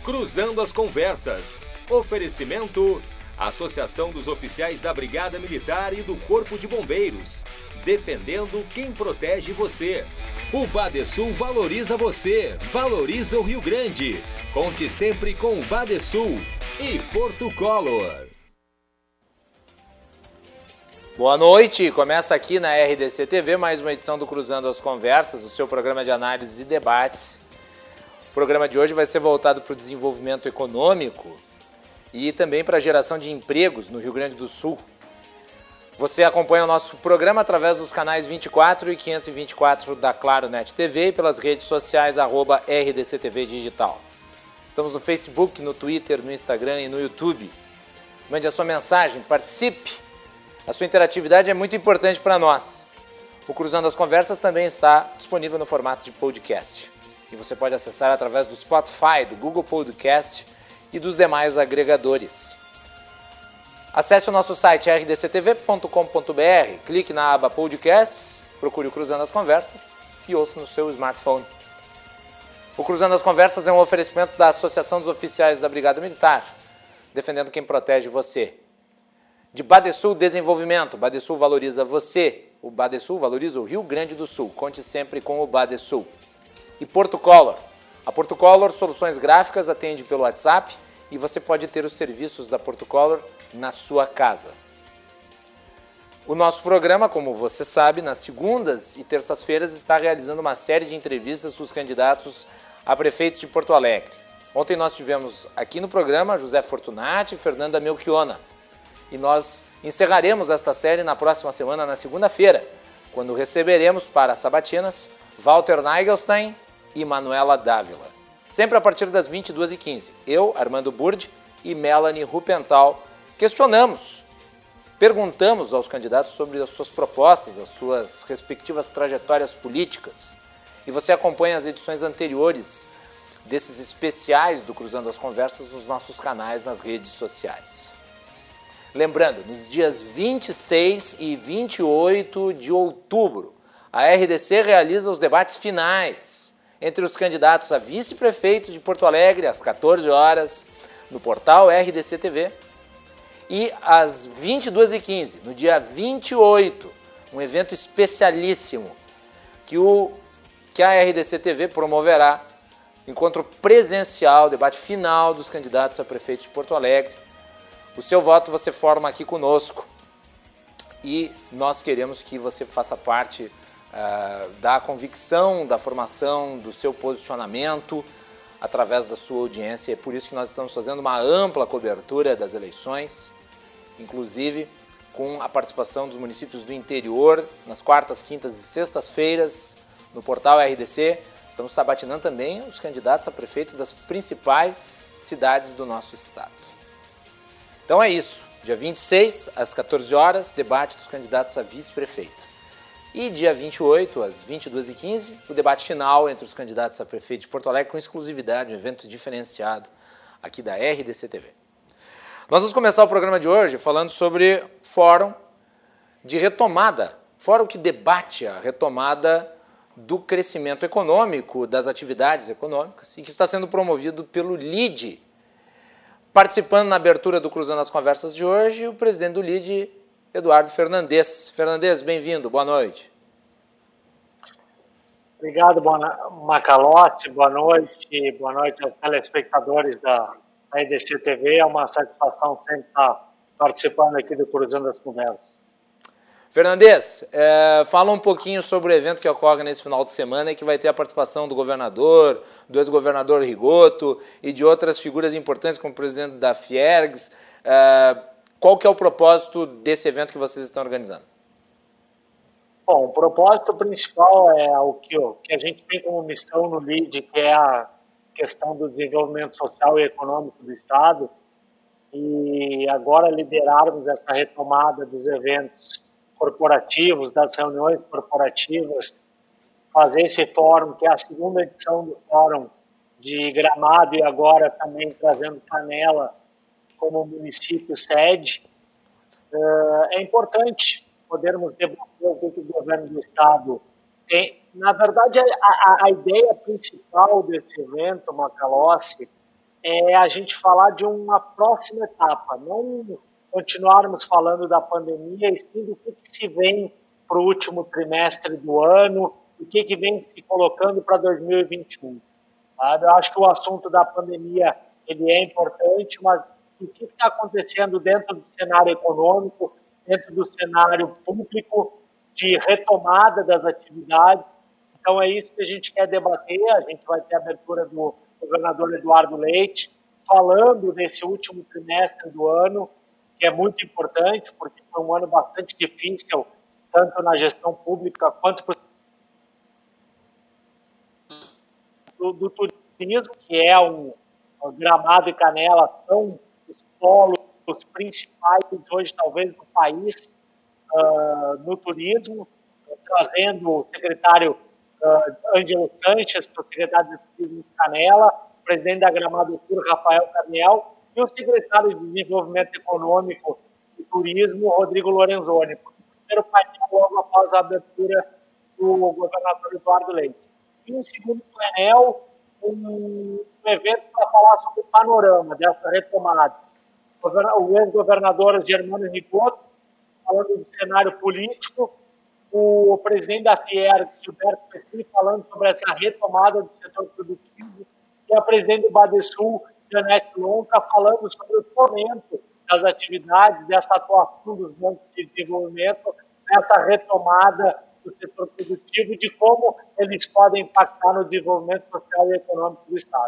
Cruzando as Conversas. Oferecimento: Associação dos Oficiais da Brigada Militar e do Corpo de Bombeiros. Defendendo quem protege você. O Badesul valoriza você. Valoriza o Rio Grande. Conte sempre com o Badesul. E Porto Color. Boa noite, começa aqui na RDC TV mais uma edição do Cruzando as Conversas, o seu programa de análise e debates. O programa de hoje vai ser voltado para o desenvolvimento econômico e também para a geração de empregos no Rio Grande do Sul. Você acompanha o nosso programa através dos canais 24 e 524 da Claro Net TV e pelas redes sociais @RDCTV Digital. Estamos no Facebook, no Twitter, no Instagram e no YouTube. Mande a sua mensagem, participe. A sua interatividade é muito importante para nós. O Cruzando as Conversas também está disponível no formato de podcast. E você pode acessar através do Spotify, do Google Podcast e dos demais agregadores. Acesse o nosso site rdctv.com.br, clique na aba Podcasts, procure o Cruzando as Conversas e ouça no seu smartphone. O Cruzando as Conversas é um oferecimento da Associação dos Oficiais da Brigada Militar, defendendo quem protege você. De Badesul Desenvolvimento, Badesul valoriza você, o Badesul valoriza o Rio Grande do Sul, conte sempre com o Badesul. E Porto Color, a Porto Color Soluções Gráficas atende pelo WhatsApp e você pode ter os serviços da Porto Color na sua casa. O nosso programa, como você sabe, nas segundas e terças-feiras está realizando uma série de entrevistas com os candidatos a prefeitos de Porto Alegre. Ontem nós tivemos aqui no programa José Fortunati e Fernanda Melchiona. E nós encerraremos esta série na próxima semana, na segunda-feira, quando receberemos para Sabatinas Walter Nagelstein e Manuela Dávila. Sempre a partir das 22h15. Eu, Armando Burdi e Melanie Rupental perguntamos aos candidatos sobre as suas propostas, as suas respectivas trajetórias políticas. E você acompanha as edições anteriores desses especiais do Cruzando as Conversas nos nossos canais nas redes sociais. Lembrando, nos dias 26 e 28 de outubro, a RDC realiza os debates finais entre os candidatos a vice-prefeito de Porto Alegre, às 14 horas, no portal RDC TV, e às 22h15, no dia 28, um evento especialíssimo que a RDC TV promoverá, encontro presencial, debate final dos candidatos a prefeito de Porto Alegre. O seu voto você forma aqui conosco e nós queremos que você faça parte da convicção, da formação, do seu posicionamento através da sua audiência. É por isso que nós estamos fazendo uma ampla cobertura das eleições, inclusive com a participação dos municípios do interior nas quartas, quintas e sextas-feiras no portal RDC. Estamos sabatinando também os candidatos a prefeito das principais cidades do nosso estado. Então é isso, dia 26, às 14 horas, debate dos candidatos a vice-prefeito. E dia 28, às 22h15, o debate final entre os candidatos a prefeito de Porto Alegre com exclusividade, um evento diferenciado aqui da RDC TV. Nós vamos começar o programa de hoje falando sobre fórum de retomada, fórum que debate a retomada do crescimento econômico, das atividades econômicas e que está sendo promovido pelo LIDE. Participando na abertura do Cruzando as Conversas de hoje, o presidente do LIDE, Eduardo Fernandes. Fernandes, bem-vindo, boa noite. Obrigado, Macalossi, boa noite aos telespectadores da EDC TV. É uma satisfação sempre estar participando aqui do Cruzando as Conversas. Fernandes, fala um pouquinho sobre o evento que ocorre nesse final de semana e que vai ter a participação do governador, do ex-governador Rigoto e de outras figuras importantes como o presidente da Fiergs. Qual que é o propósito desse evento que vocês estão organizando? Bom, o propósito principal é o que a gente tem como missão no LIDE, que é a questão do desenvolvimento social e econômico do Estado, e agora liderarmos essa retomada dos eventos corporativos, das reuniões corporativas, fazer esse fórum, que é a segunda edição do fórum de Gramado e agora também trazendo Canela como município sede. É importante podermos debater o que o governo do Estado tem. Na verdade, a ideia principal desse evento, Macalossi, é a gente falar de uma próxima etapa, não continuarmos falando da pandemia, e sim do que se vem para o último trimestre do ano, o que vem se colocando para 2021. Sabe? Eu acho que o assunto da pandemia ele é importante, mas o que está acontecendo dentro do cenário econômico, dentro do cenário público, de retomada das atividades. Então, é isso que a gente quer debater. A gente vai ter a abertura do governador Eduardo Leite, falando desse último trimestre do ano, que é muito importante, porque foi um ano bastante difícil, tanto na gestão pública quanto do turismo, que é o Gramado e Canela, são os polos principais hoje, talvez, do país no turismo, trazendo o secretário Ângelo Sanches, que é o secretário de Turismo de Canela, o presidente da Gramado Tour, Rafael Carniel, e o secretário de Desenvolvimento Econômico e Turismo, Rodrigo Lorenzoni. O primeiro painel logo após a abertura do governador Eduardo Leite. E um segundo painel, um evento para falar sobre o panorama dessa retomada. O ex-governador Germano Rigoto, falando do cenário político, o presidente da Fier, Gilberto Petit, falando sobre essa retomada do setor produtivo, e a presidente do Badesul, Janete Lonca, falando sobre o fomento das atividades, dessa atuação dos bancos de desenvolvimento, nessa retomada do setor produtivo e de como eles podem impactar no desenvolvimento social e econômico do Estado.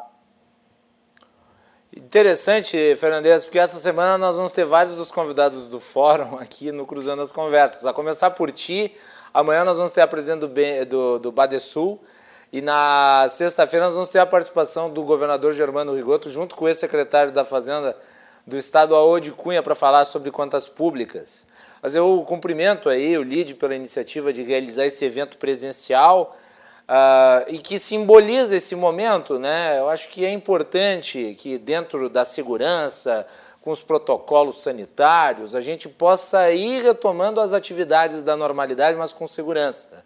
Interessante, Fernandes, porque essa semana nós vamos ter vários dos convidados do fórum aqui no Cruzando as Conversas. A começar por ti, amanhã nós vamos ter a presidente do Badesul e na sexta-feira nós vamos ter a participação do governador Germano Rigoto junto com o ex-secretário da Fazenda do Estado, Aode Cunha, para falar sobre contas públicas. Mas eu cumprimento aí o LIDE pela iniciativa de realizar esse evento presencial e que simboliza esse momento, né? Eu acho que é importante que dentro da segurança, com os protocolos sanitários, a gente possa ir retomando as atividades da normalidade, mas com segurança.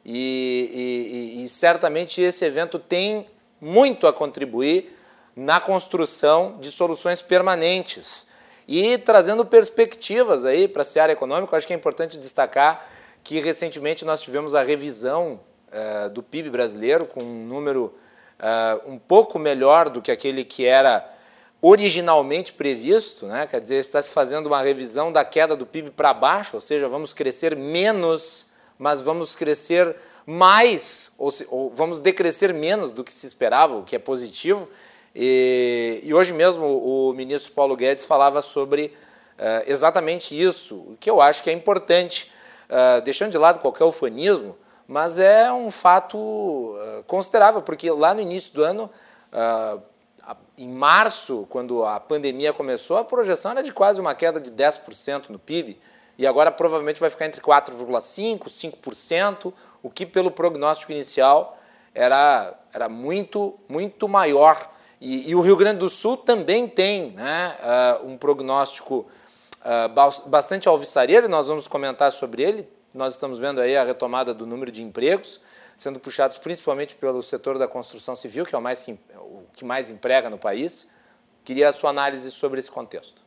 E certamente esse evento tem muito a contribuir na construção de soluções permanentes e trazendo perspectivas aí para a seara econômica. Eu acho que é importante destacar que recentemente nós tivemos a revisão do PIB brasileiro com um número um pouco melhor do que aquele que era originalmente previsto, né? Quer dizer, está se fazendo uma revisão da queda do PIB para baixo, ou seja, vamos crescer menos, mas vamos crescer mais, ou vamos decrescer menos do que se esperava, o que é positivo. E hoje mesmo o ministro Paulo Guedes falava sobre exatamente isso, o que eu acho que é importante, deixando de lado qualquer ufanismo, mas é um fato considerável, porque lá no início do ano, em março, quando a pandemia começou, a projeção era de quase uma queda de 10% no PIB, e agora provavelmente vai ficar entre 4,5% e 5%, o que pelo prognóstico inicial era muito, muito maior. E o Rio Grande do Sul também tem, né, um prognóstico bastante alvissareiro, e nós vamos comentar sobre ele. Nós estamos vendo aí a retomada do número de empregos, sendo puxados principalmente pelo setor da construção civil, que é o que mais emprega no país. Queria a sua análise sobre esse contexto.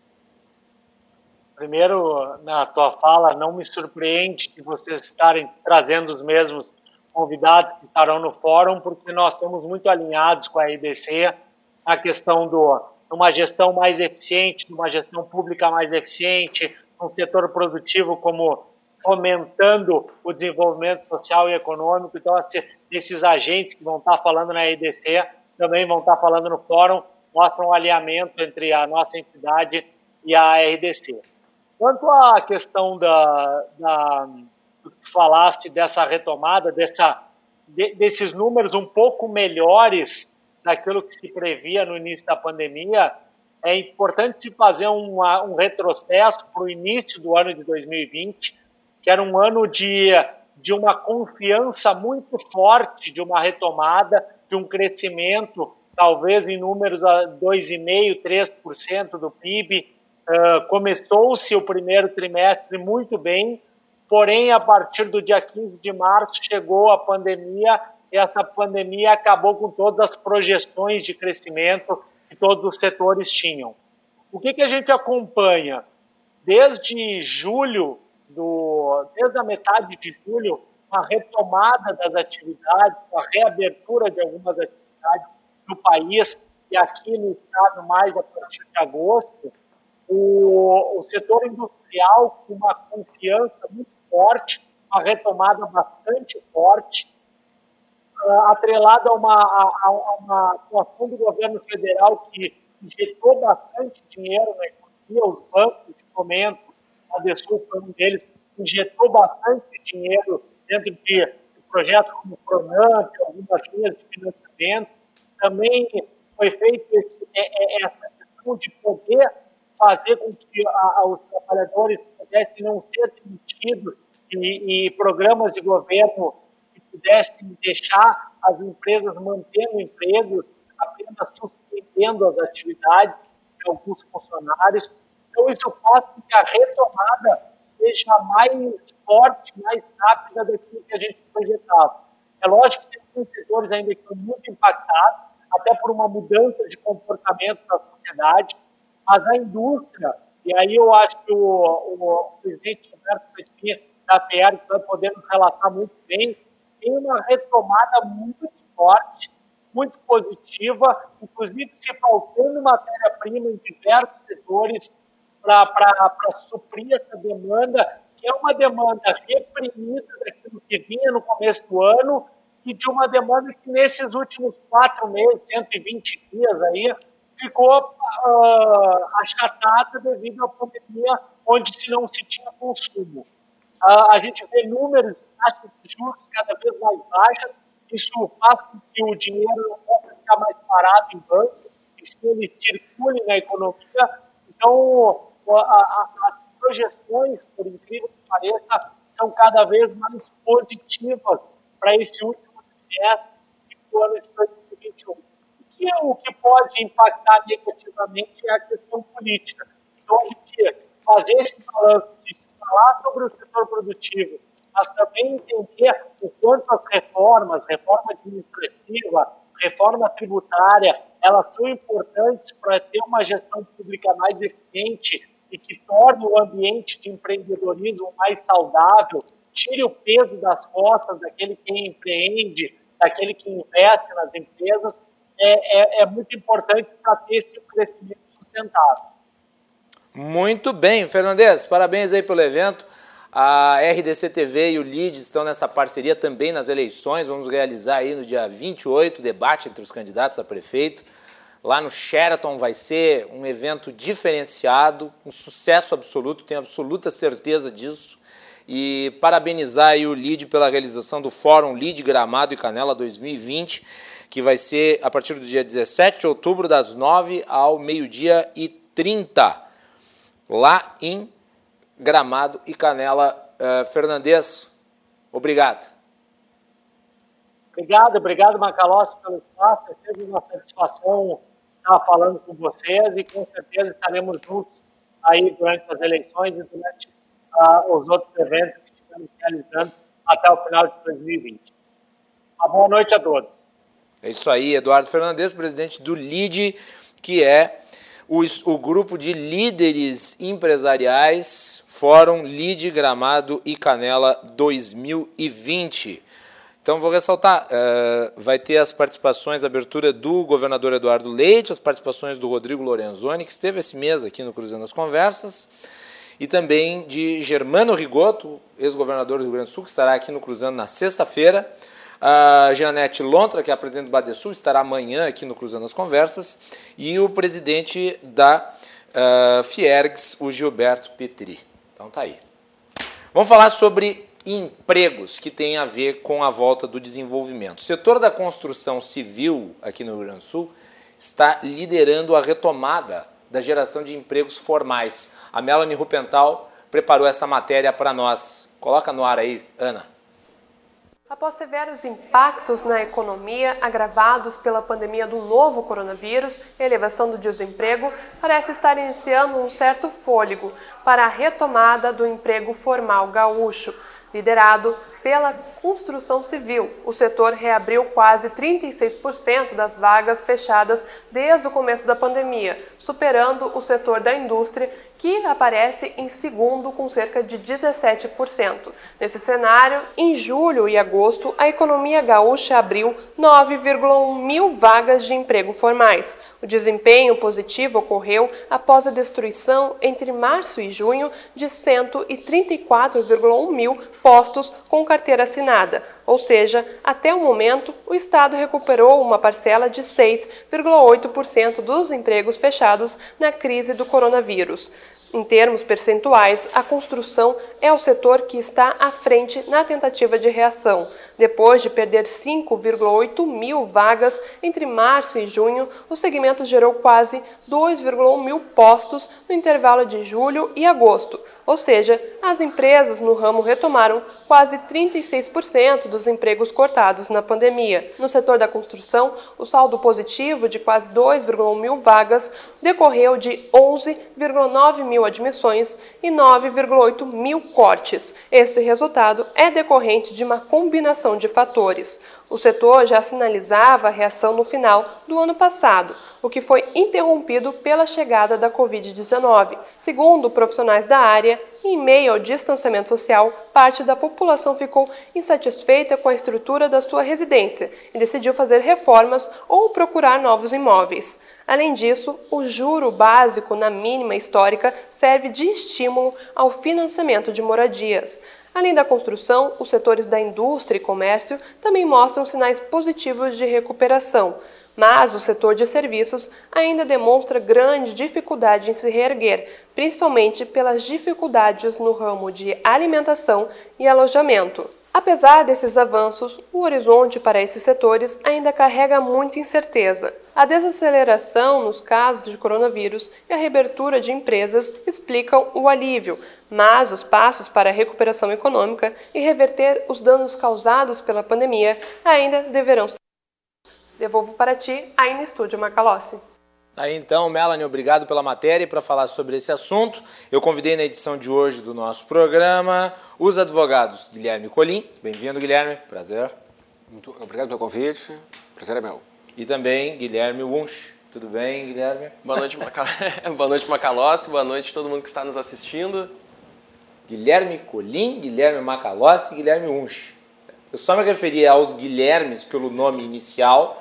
Primeiro, na tua fala, não me surpreende de vocês estarem trazendo os mesmos convidados que estarão no fórum, porque nós estamos muito alinhados com a RDC na questão de uma gestão mais eficiente, de uma gestão pública mais eficiente, um setor produtivo como fomentando o desenvolvimento social e econômico. Então, esses agentes que vão estar falando na RDC também vão estar falando no fórum, mostram um alinhamento entre a nossa entidade e a RDC. Quanto à questão do que falaste dessa retomada, desses números um pouco melhores daquilo que se previa no início da pandemia, é importante se fazer um retrocesso para o início do ano de 2020, que era um ano de uma confiança muito forte, de uma retomada, de um crescimento, talvez em números a 2,5%, 3% do PIB. Começou-se o primeiro trimestre muito bem, porém, a partir do dia 15 de março, chegou a pandemia, e essa pandemia acabou com todas as projeções de crescimento que todos os setores tinham. O que a gente acompanha? Desde julho, desde a metade de julho, a retomada das atividades, a reabertura de algumas atividades no país, e aqui no estado mais a partir de agosto, o setor industrial com uma confiança muito forte, uma retomada bastante forte, atrelado a uma atuação do governo federal que injetou bastante dinheiro na economia, os bancos de fomento, a Badesul foi um deles, injetou bastante dinheiro dentro de projetos como o Pronamp, algumas linhas de financiamento. Também foi feita essa questão de poder fazer com que os trabalhadores pudessem não ser demitidos e programas de governo que pudessem deixar as empresas mantendo empregos, apenas suspendendo as atividades de alguns funcionários. Então, isso faz com que a retomada seja mais forte, mais rápida daquilo que a gente projetava. É lógico que tem alguns setores ainda que estão muito impactados, até por uma mudança de comportamento da sociedade, mas a indústria, e aí eu acho que o presidente Gilberto Fretin da FEERGS vai poder nos relatar muito bem, tem uma retomada muito forte, muito positiva, inclusive se faltando matéria-prima em diversos setores para suprir essa demanda, que é uma demanda reprimida daquilo que vinha no começo do ano e de uma demanda que nesses últimos 4 meses, 120 dias aí, ficou achatada devido à pandemia, onde se não se tinha consumo. A gente vê números, taxas de juros cada vez mais baixas, isso faz com que o dinheiro não possa ficar mais parado em banco, e sim ele circule na economia. Então, as projeções, por incrível que pareça, são cada vez mais positivas para esse último trimestre do ano de 2021. O que pode impactar negativamente é a questão política. Então, a gente fazer esse balanço de se falar sobre o setor produtivo, mas também entender o quanto as reformas, reforma administrativa, reforma tributária, elas são importantes para ter uma gestão pública mais eficiente e que torne o ambiente de empreendedorismo mais saudável, tire o peso das costas daquele que empreende, daquele que investe nas empresas, é muito importante para ter esse crescimento sustentável. Muito bem, Fernandes, parabéns aí pelo evento. A RDC TV e o LIDE estão nessa parceria também nas eleições. Vamos realizar aí no dia 28 o debate entre os candidatos a prefeito. Lá no Sheraton vai ser um evento diferenciado, um sucesso absoluto, tenho absoluta certeza disso. E parabenizar aí o LIDE pela realização do Fórum LIDE Gramado e Canela 2020, que vai ser a partir do dia 17 de outubro, das 9 ao meio-dia e 30, lá em Gramado e Canela. Fernandes, obrigado. Obrigado, Macalossi, pelo espaço. É sempre uma satisfação estar falando com vocês e com certeza estaremos juntos aí durante as eleições e durante os outros eventos que estivemos realizando até o final de 2020. Uma boa noite a todos. É isso aí, Eduardo Fernandes, presidente do LIDE, que é o grupo de líderes empresariais, Fórum LIDE Gramado e Canela 2020. Então, vou ressaltar, vai ter as participações, a abertura do governador Eduardo Leite, as participações do Rodrigo Lorenzoni, que esteve esse mês aqui no Cruzando as Conversas, e também de Germano Rigoto, ex-governador do Rio Grande do Sul, que estará aqui no Cruzando na sexta-feira. A Jeanette Lontra, que é a presidente do Badesul, estará amanhã aqui no Cruzando as Conversas. E o presidente da FIERGS, o Gilberto Petri. Então tá aí. Vamos falar sobre empregos que tem a ver com a volta do desenvolvimento. O setor da construção civil aqui no Rio Grande do Sul está liderando a retomada da geração de empregos formais. A Melanie Rupental preparou essa matéria para nós. Coloca no ar aí, Ana. Após severos impactos na economia agravados pela pandemia do novo coronavírus e a elevação do desemprego, parece estar iniciando um certo fôlego para a retomada do emprego formal gaúcho, liderado pela construção civil. O setor reabriu quase 36% das vagas fechadas desde o começo da pandemia, superando o setor da indústria, que aparece em segundo com cerca de 17%. Nesse cenário, em julho e agosto, a economia gaúcha abriu 9,1 mil vagas de emprego formais. O desempenho positivo ocorreu após a destruição entre março e junho de 134,1 mil postos com carteira assinada, ou seja, até o momento o Estado recuperou uma parcela de 6,8% dos empregos fechados na crise do coronavírus. Em termos percentuais, a construção é o setor que está à frente na tentativa de reação. Depois de perder 5,8 mil vagas entre março e junho, o segmento gerou quase 2,1 mil postos no intervalo de julho e agosto. Ou seja, as empresas no ramo retomaram quase 36% dos empregos cortados na pandemia. No setor da construção, o saldo positivo de quase 2,1 mil vagas decorreu de 11,9 mil admissões e 9,8 mil cortes. Esse resultado é decorrente de uma combinação de fatores. O setor já sinalizava a reação no final do ano passado, o que foi interrompido pela chegada da Covid-19. Segundo profissionais da área, em meio ao distanciamento social, parte da população ficou insatisfeita com a estrutura da sua residência e decidiu fazer reformas ou procurar novos imóveis. Além disso, o juro básico na mínima histórica serve de estímulo ao financiamento de moradias. Além da construção, os setores da indústria e comércio também mostram sinais positivos de recuperação, mas o setor de serviços ainda demonstra grande dificuldade em se reerguer, principalmente pelas dificuldades no ramo de alimentação e alojamento. Apesar desses avanços, o horizonte para esses setores ainda carrega muita incerteza. A desaceleração nos casos de coronavírus e a reabertura de empresas explicam o alívio, mas os passos para a recuperação econômica e reverter os danos causados pela pandemia ainda deverão ser. Devolvo para ti, aí no estúdio Macalossi. Aí então, Melanie, obrigado pela matéria. E para falar sobre esse assunto, eu convidei na edição de hoje do nosso programa os advogados Guilherme Colim. Bem-vindo, Guilherme. Prazer. Muito obrigado pelo convite. Prazer é meu. E também Guilherme Wunsch. Tudo bem, Guilherme? Boa noite, Boa noite, Macalossi. Boa noite a todo mundo que está nos assistindo. Guilherme Colim, Guilherme Macalossi e Guilherme Wunsch. Eu só me referi aos Guilhermes pelo nome inicial.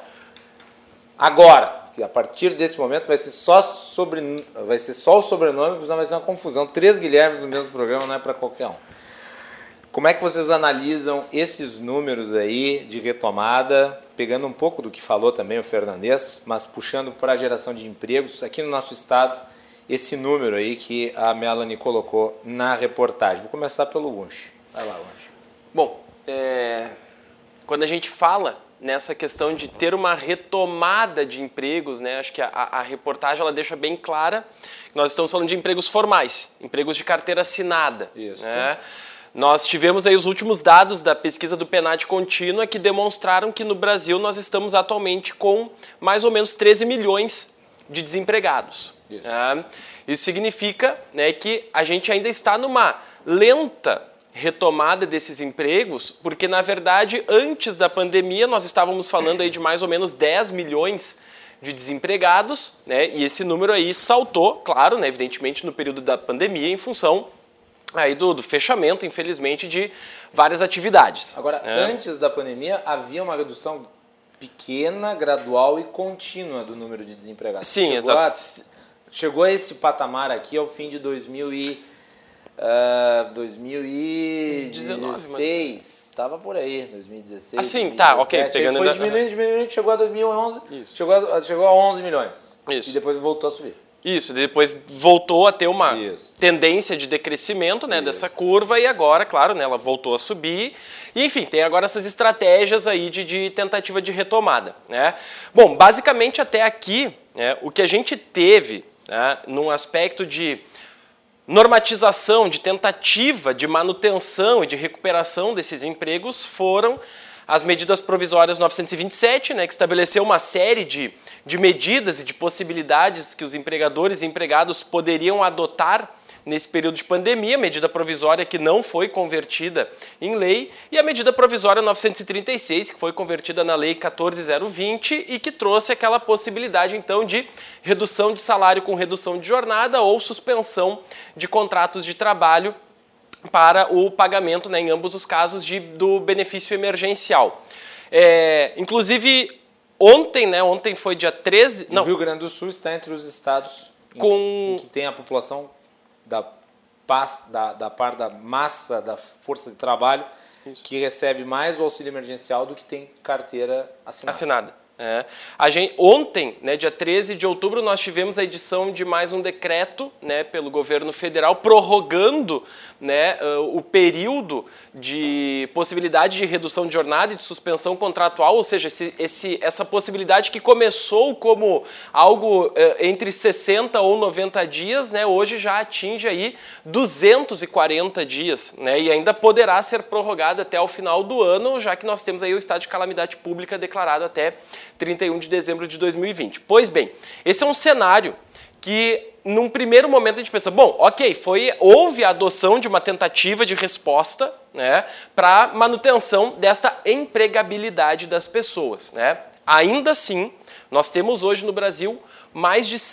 Agora, que a partir desse momento vai ser só o sobrenome, porque senão vai ser uma confusão. 3 Guilhermes no mesmo programa não é para qualquer um. Como é que vocês analisam esses números aí de retomada, pegando um pouco do que falou também o Fernandes, mas puxando para a geração de empregos aqui no nosso estado, esse número aí que a Melanie colocou na reportagem. Vou começar pelo Wunsch. Vai lá, Wunsch. Bom, quando a gente fala nessa questão de ter uma retomada de empregos, né? Acho que a reportagem ela deixa bem clara que nós estamos falando de empregos formais, empregos de carteira assinada. Isso. Né? Nós tivemos aí os últimos dados da pesquisa do PNAD contínua que demonstraram que no Brasil nós estamos atualmente com mais ou menos 13 milhões de desempregados. Isso. Né? Isso significa, né, que a gente ainda está numa lenta retomada desses empregos, porque na verdade antes da pandemia nós estávamos falando aí de mais ou menos 10 milhões de desempregados, né? E esse número aí saltou, claro, né, evidentemente no período da pandemia em função aí do fechamento, infelizmente, de várias atividades. Agora, antes da pandemia havia uma redução pequena, gradual e contínua do número de desempregados. Sim, exato. Chegou a esse patamar aqui ao fim de 2016, estava por aí, 2016. Assim, 2017. tá, ok. Pegando foi diminuindo, chegou a 2011, chegou a 11 milhões. Isso. E depois voltou a subir. Isso, depois voltou a ter uma tendência de decrescimento, né, dessa curva e agora, claro, né, ela voltou a subir. E, enfim, tem agora essas estratégias aí de tentativa de retomada. Né? Bom, basicamente até aqui, né, o que a gente teve, né, num aspecto de normatização, de tentativa de manutenção e de recuperação desses empregos foram as medidas provisórias 927, né, que estabeleceu uma série de medidas e de possibilidades que os empregadores e empregados poderiam adotar nesse período de pandemia, medida provisória que não foi convertida em lei, e a medida provisória 936, que foi convertida na lei 14.020 e que trouxe aquela possibilidade, então, de redução de salário com redução de jornada ou suspensão de contratos de trabalho para o pagamento, né, em ambos os casos, do benefício emergencial. Inclusive, ontem foi dia 13... O Rio Grande do Sul está entre os estados em que tem a população da parte da massa da força de trabalho que recebe mais o auxílio emergencial do que tem carteira assinada. Ontem, né, dia 13 de outubro, nós tivemos a edição de mais um decreto, né, pelo governo federal prorrogando, né, o período de possibilidade de redução de jornada e de suspensão contratual, ou seja, essa possibilidade que começou como algo entre 60 ou 90 dias, né, hoje já atinge aí 240 dias, né, e ainda poderá ser prorrogado até o final do ano, já que nós temos aí o estado de calamidade pública declarado até 31 de dezembro de 2020. Pois bem, esse é um cenário que, num primeiro momento, a gente pensa, bom, ok, houve a adoção de uma tentativa de resposta, né, para manutenção desta empregabilidade das pessoas, né? Ainda assim, nós temos hoje no Brasil mais de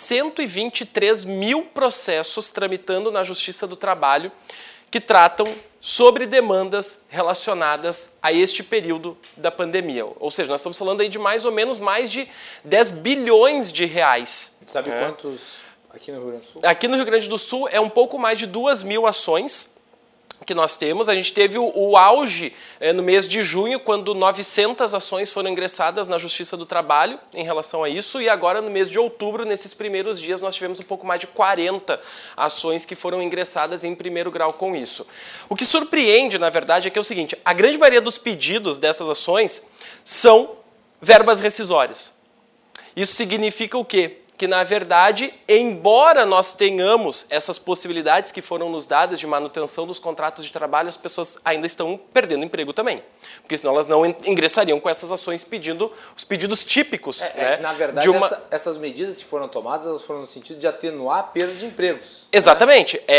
123 mil processos tramitando na Justiça do Trabalho que tratam sobre demandas relacionadas a este período da pandemia. Ou seja, nós estamos falando aí de mais ou menos mais de 10 bilhões de reais. Sabe quantos aqui no Rio Grande do Sul? Aqui no Rio Grande do Sul é um pouco mais de 2.000 ações que nós temos. A gente teve o auge no mês de junho, quando 900 ações foram ingressadas na Justiça do Trabalho em relação a isso, e agora no mês de outubro, nesses primeiros dias, nós tivemos um pouco mais de 40 ações que foram ingressadas em primeiro grau com isso. O que surpreende, na verdade, é que é o seguinte, a grande maioria dos pedidos dessas ações são verbas rescisórias. Isso significa o quê? Que, na verdade, embora nós tenhamos essas possibilidades que foram nos dadas de manutenção dos contratos de trabalho, as pessoas ainda estão perdendo emprego também. Porque senão elas não ingressariam com essas ações pedindo os pedidos típicos. Que, na verdade, essas medidas que foram tomadas, elas foram no sentido de atenuar a perda de empregos. Exatamente. Né?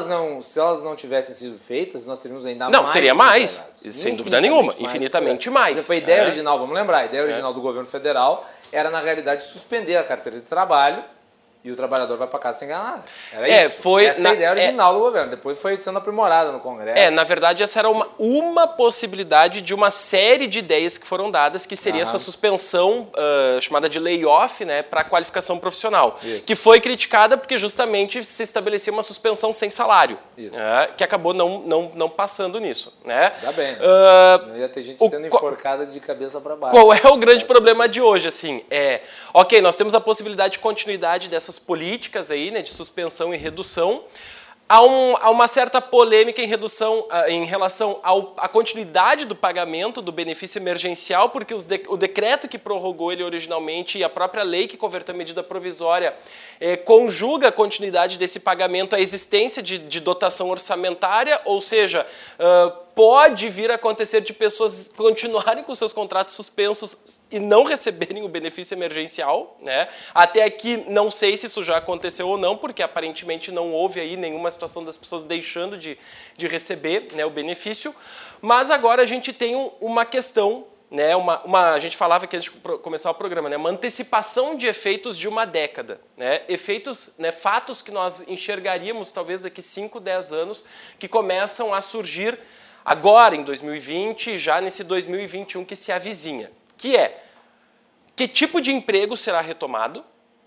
Se elas não tivessem sido feitas, nós teríamos ainda mais. Não, teria mais, sem dúvida nenhuma, infinitamente mais. Por exemplo, a ideia original, vamos lembrar, a ideia original do governo federal era, na realidade, suspender a carteira de trabalho e o trabalhador vai para casa sem ganhar nada. Era isso. Essa é a ideia original do governo. Depois foi sendo aprimorada no Congresso. Na verdade, essa era uma possibilidade de uma série de ideias que foram dadas, que seria essa suspensão chamada de layoff, né, para qualificação profissional. Isso. Que foi criticada porque justamente se estabelecia uma suspensão sem salário. Que acabou não passando nisso. Né? Ainda bem. Não ia ter gente sendo enforcada de cabeça para baixo. Qual é o grande problema de hoje? Assim, ok, nós temos a possibilidade de continuidade dessas políticas aí, né, de suspensão e redução. Há uma certa polêmica em relação à continuidade do pagamento do benefício emergencial, porque o decreto que prorrogou ele originalmente e a própria lei que converteu a medida provisória conjuga a continuidade desse pagamento à existência de dotação orçamentária, ou seja, pode vir a acontecer de pessoas continuarem com seus contratos suspensos e não receberem o benefício emergencial, né? Até aqui não sei se isso já aconteceu ou não, porque aparentemente não houve aí nenhuma situação das pessoas deixando de receber, né, o benefício, mas agora a gente tem uma questão, né, a gente falava aqui antes de começar o programa, né, uma antecipação de efeitos de uma década, né, efeitos, né, fatos que nós enxergaríamos talvez daqui 5, 10 anos, que começam a surgir agora em 2020, já nesse 2021 que se avizinha, que é: que tipo de emprego será retomado,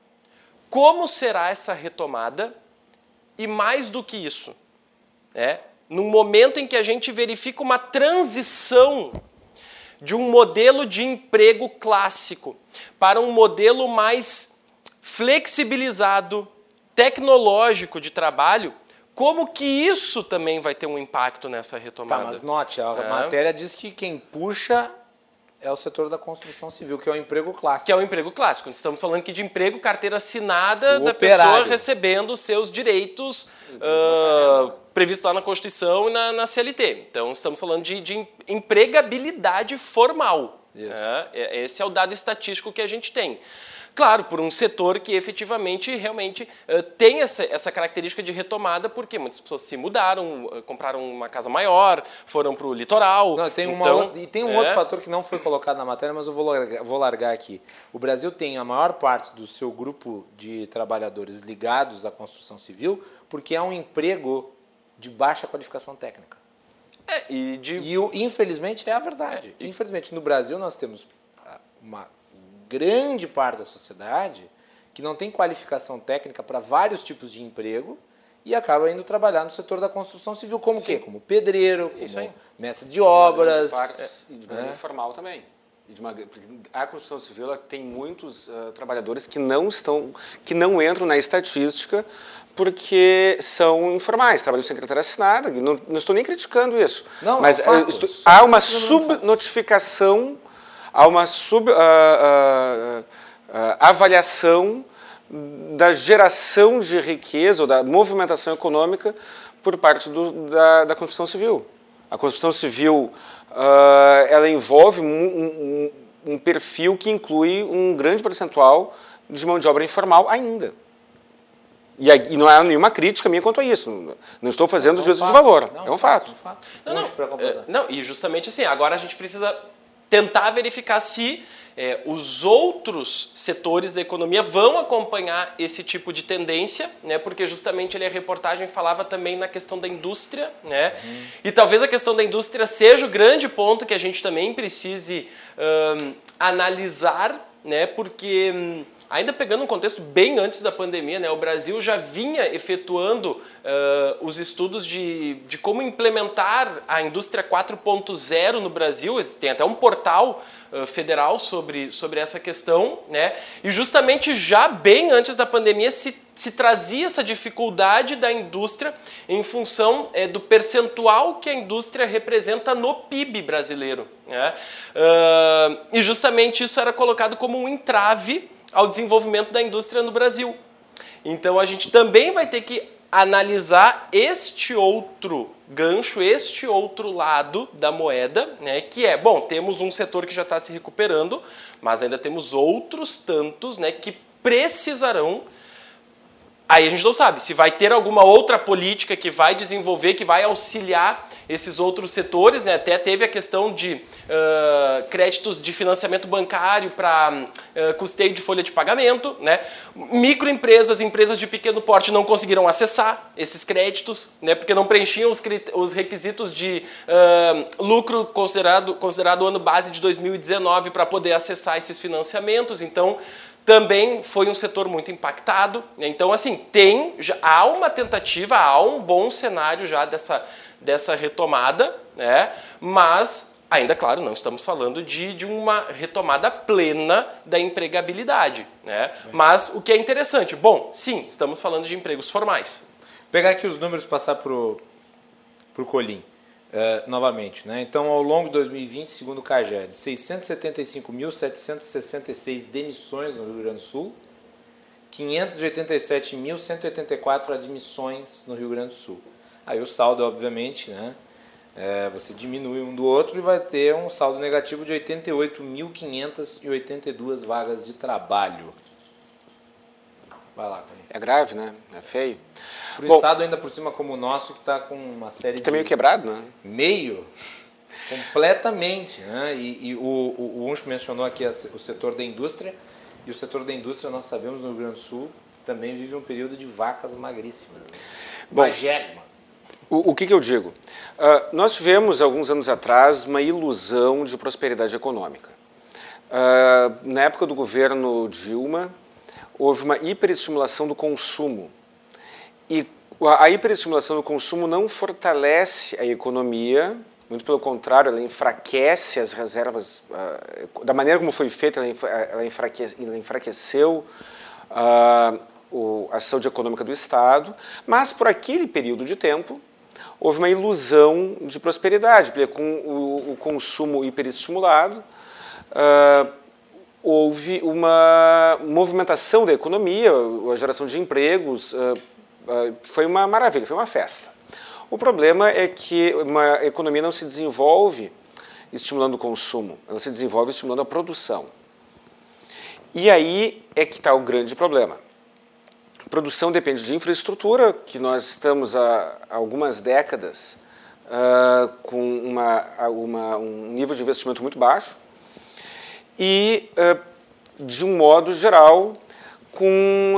como será essa retomada e, mais do que isso, né, num momento em que a gente verifica uma transição de um modelo de emprego clássico para um modelo mais flexibilizado, tecnológico de trabalho, como que isso também vai ter um impacto nessa retomada? Tá, mas note, a matéria diz que quem puxa é o setor da construção civil, que é o emprego clássico. Que é o emprego clássico. Estamos falando aqui de emprego, carteira assinada, da pessoa recebendo os seus direitos previstos lá na Constituição e na CLT. Então, estamos falando de empregabilidade formal. Esse é o dado estatístico que a gente tem. Claro, por um setor que efetivamente, realmente tem essa característica de retomada, porque muitas pessoas se mudaram, compraram uma casa maior, foram para o litoral. Não, tem um outro fator que não foi colocado na matéria, mas eu vou largar aqui. O Brasil tem a maior parte do seu grupo de trabalhadores ligados à construção civil, porque é um emprego de baixa qualificação técnica. Infelizmente, é a verdade. Infelizmente, no Brasil, nós temos uma grande parte da sociedade que não tem qualificação técnica para vários tipos de emprego e acaba indo trabalhar no setor da construção civil como quê? Como pedreiro, como mestre de obras. E de maneira informal também. A construção civil ela tem muitos trabalhadores que não entram na estatística porque são informais, trabalham sem carteira assinada. Não estou nem criticando isso. Não, mas há uma subnotificação, há uma avaliação da geração de riqueza ou da movimentação econômica por parte da construção civil. A construção civil ela envolve um perfil que inclui um grande percentual de mão de obra informal ainda. E não há nenhuma crítica minha quanto a isso. Não estou fazendo juízo de valor. É um fato. Não, e justamente assim, agora a gente precisa tentar verificar se os outros setores da economia vão acompanhar esse tipo de tendência, né? Porque justamente a reportagem falava também na questão da indústria, né? E talvez a questão da indústria seja o grande ponto que a gente também precise analisar, né? Porque ainda pegando um contexto bem antes da pandemia, né, o Brasil já vinha efetuando os estudos de como implementar a indústria 4.0 no Brasil. Tem até um portal federal sobre essa questão, né? E justamente já bem antes da pandemia se trazia essa dificuldade da indústria em função do percentual que a indústria representa no PIB brasileiro, né? E justamente isso era colocado como um entrave ao desenvolvimento da indústria no Brasil. Então a gente também vai ter que analisar este outro gancho, este outro lado da moeda, né, que temos um setor que já está se recuperando, mas ainda temos outros tantos, né, que precisarão. Aí a gente não sabe se vai ter alguma outra política que vai desenvolver, que vai auxiliar esses outros setores, né? Até teve a questão de créditos de financiamento bancário para custeio de folha de pagamento, né? Microempresas, empresas de pequeno porte não conseguiram acessar esses créditos, né? Porque não preenchiam os requisitos de lucro considerado ano base de 2019 para poder acessar esses financiamentos. Então, também foi um setor muito impactado. Então, assim, há uma tentativa, há um bom cenário já dessa retomada, né? Mas, ainda, claro, não estamos falando de uma retomada plena da empregabilidade, né? Mas o que é interessante, sim, estamos falando de empregos formais. Vou pegar aqui os números e passar para o Colim. Novamente, né? Então, ao longo de 2020, segundo o CAGED, 675.766 demissões no Rio Grande do Sul, 587.184 admissões no Rio Grande do Sul. Aí o saldo, obviamente, né? Você diminui um do outro e vai ter um saldo negativo de 88.582 vagas de trabalho. Vai lá, Colim. É grave, né? É feio. Para o estado ainda por cima como o nosso, que está com uma série de... Está meio quebrado, né? Meio, completamente, né? E o Uncho mencionou aqui o setor da indústria, e o setor da indústria, nós sabemos, no Rio Grande do Sul, também vive um período de vacas magríssimas. Magérrimas. O que eu digo? Nós tivemos, alguns anos atrás, uma ilusão de prosperidade econômica. Na época do governo Dilma, houve uma hiperestimulação do consumo. E a hiperestimulação do consumo não fortalece a economia, muito pelo contrário, ela enfraquece as reservas. Da maneira como foi feita, ela enfraqueceu a saúde econômica do Estado, mas por aquele período de tempo houve uma ilusão de prosperidade, porque com o consumo hiperestimulado, houve uma movimentação da economia, a geração de empregos, foi uma maravilha, foi uma festa. O problema é que uma economia não se desenvolve estimulando o consumo, ela se desenvolve estimulando a produção. E aí é que está o grande problema. A produção depende de infraestrutura, que nós estamos há algumas décadas com um nível de investimento muito baixo e, de um modo geral, com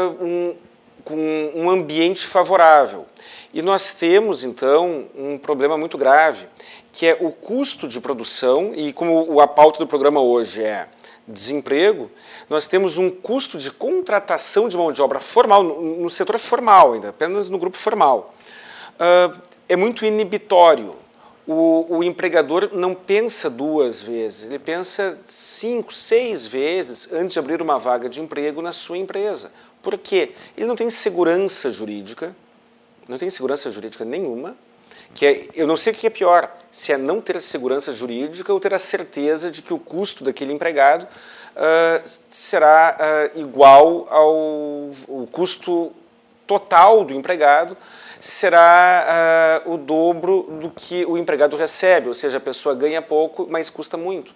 um ambiente favorável. E nós temos, então, um problema muito grave, que é o custo de produção, e como a pauta do programa hoje é desemprego, nós temos um custo de contratação de mão de obra formal, no setor formal ainda, apenas no grupo formal. É muito inibitório. O empregador não pensa 2 vezes, ele pensa 5, 6 vezes antes de abrir uma vaga de emprego na sua empresa. Por quê? Ele não tem segurança jurídica, nenhuma, eu não sei o que é pior, se é não ter segurança jurídica ou ter a certeza de que o custo daquele empregado será igual ao custo total do empregado, será o dobro do que o empregado recebe, ou seja, a pessoa ganha pouco, mas custa muito.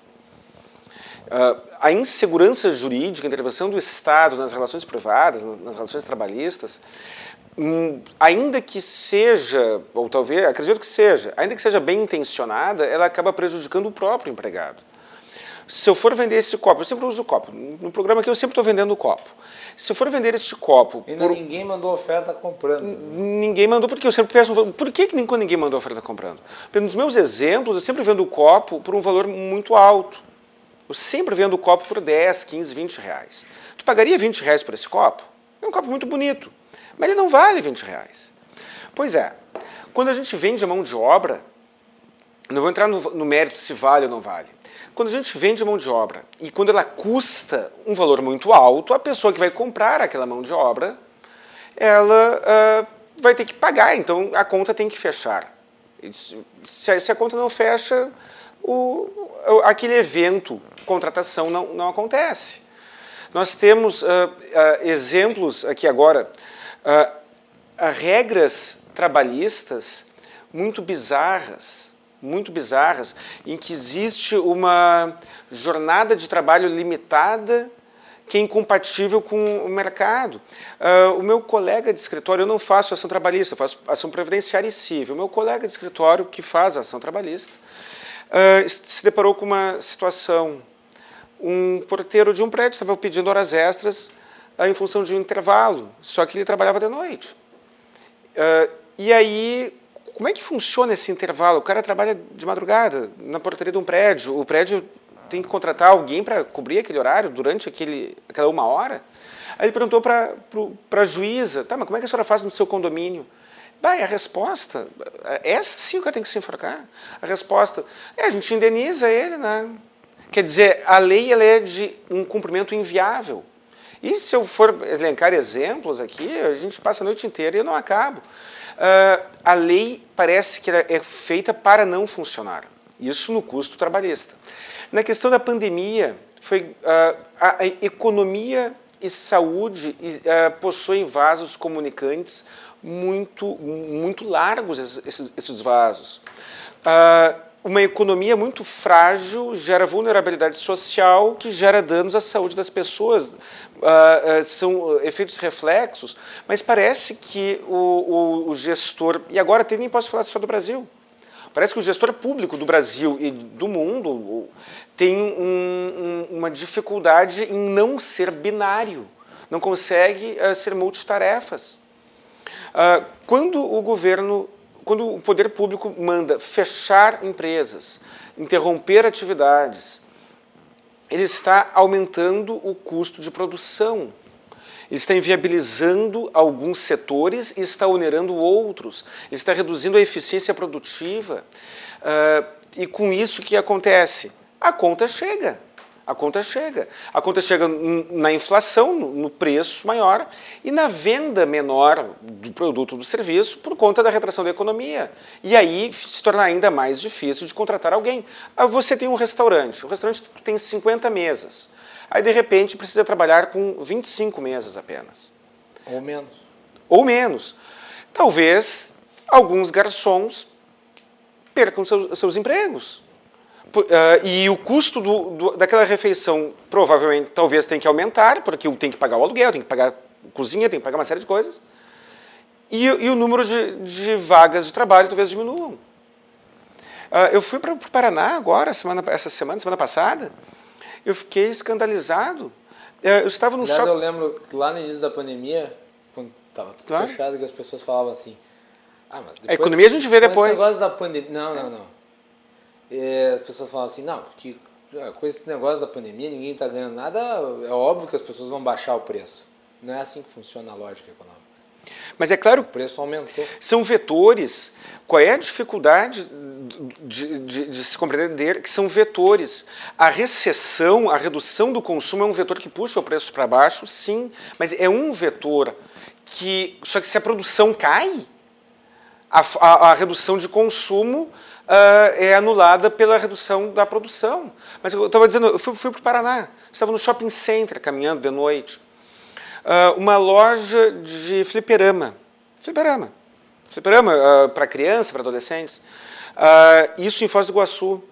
A insegurança jurídica, a intervenção do Estado nas relações privadas, nas relações trabalhistas, ainda que seja, ou talvez, acredito que seja, ainda que seja bem intencionada, ela acaba prejudicando o próprio empregado. Se eu for vender esse copo, eu sempre uso o copo, no programa aqui eu sempre estou vendendo o copo. Se eu for vender este copo... Ninguém mandou oferta comprando. Ninguém mandou, porque eu sempre peço... Por que ninguém mandou oferta comprando? Porque nos meus exemplos, eu sempre vendo o copo por um valor muito alto. Eu sempre vendo o copo por 10, 15, 20 reais. Tu pagaria 20 reais por esse copo? É um copo muito bonito, mas ele não vale 20 reais. Pois é, quando a gente vende a mão de obra, não vou entrar no mérito se vale ou não vale. Quando a gente vende a mão de obra e quando ela custa um valor muito alto, a pessoa que vai comprar aquela mão de obra, ela vai ter que pagar, então a conta tem que fechar. Se a conta não fecha, aquele evento, contratação, não acontece. Nós temos exemplos aqui agora, regras trabalhistas muito bizarras, em que existe uma jornada de trabalho limitada que é incompatível com o mercado. O meu colega de escritório, eu não faço ação trabalhista, eu faço ação previdenciária e civil. O meu colega de escritório, que faz ação trabalhista, se deparou com uma situação. Um porteiro de um prédio estava pedindo horas extras em função de um intervalo, só que ele trabalhava de noite. E aí, como é que funciona esse intervalo? O cara trabalha de madrugada na portaria de um prédio, o prédio tem que contratar alguém para cobrir aquele horário durante aquela 1 hora. Aí ele perguntou para a juíza, tá, mas como é que a senhora faz no seu condomínio? A resposta, essa sim o cara tem que se enforcar. A resposta, a gente indeniza ele, né? Quer dizer, a lei ela é de um cumprimento inviável. E se eu for elencar exemplos aqui, a gente passa a noite inteira e eu não acabo. A lei parece que ela é feita para não funcionar. Isso no custo trabalhista. Na questão da pandemia, a economia e saúde possuem vasos comunicantes muito largos, esses vasos. Uma economia muito frágil gera vulnerabilidade social que gera danos à saúde das pessoas. São efeitos reflexos, mas parece que o gestor, e agora nem posso falar só do Brasil, parece que o gestor público do Brasil e do mundo tem uma dificuldade em não ser binário, não consegue ser multitarefas. Quando o poder público manda fechar empresas, interromper atividades, ele está aumentando o custo de produção. Ele está inviabilizando alguns setores e está onerando outros. Ele está reduzindo a eficiência produtiva. E com isso o que acontece? A conta chega. A conta chega. A conta chega na inflação, no preço maior, e na venda menor do produto ou do serviço por conta da retração da economia. E aí se torna ainda mais difícil de contratar alguém. Você tem um restaurante, o restaurante tem 50 mesas. Aí, de repente, precisa trabalhar com 25 mesas apenas. Ou menos. Ou menos. Talvez alguns garçons percam seus empregos. E o custo daquela refeição provavelmente, talvez tenha que aumentar, porque eu tenho que pagar o aluguel, tenho que pagar a cozinha, tenho que pagar uma série de coisas. E o número de vagas de trabalho talvez diminuam. Eu fui para o Paraná agora, semana passada, eu fiquei escandalizado. Eu estava no shopping. Eu lembro que lá no início da pandemia, quando estava tudo fechado, que as pessoas falavam assim, mas depois, a economia a gente vê depois. Esse negócio da pandemia... Não. As pessoas falam assim, não, porque com esse negócio da pandemia ninguém está ganhando nada, é óbvio que as pessoas vão baixar o preço. Não é assim que funciona a lógica econômica. Mas é claro, o preço aumentou. São vetores. Qual é a dificuldade de se compreender que são vetores? A recessão, a redução do consumo é um vetor que puxa o preço para baixo, sim, mas é um vetor só que se a produção cai, a redução de consumo é anulada pela redução da produção. Mas eu estava dizendo, eu fui para o Paraná, estava no shopping center, caminhando de noite, uma loja de fliperama para criança, para adolescentes, isso em Foz do Iguaçu.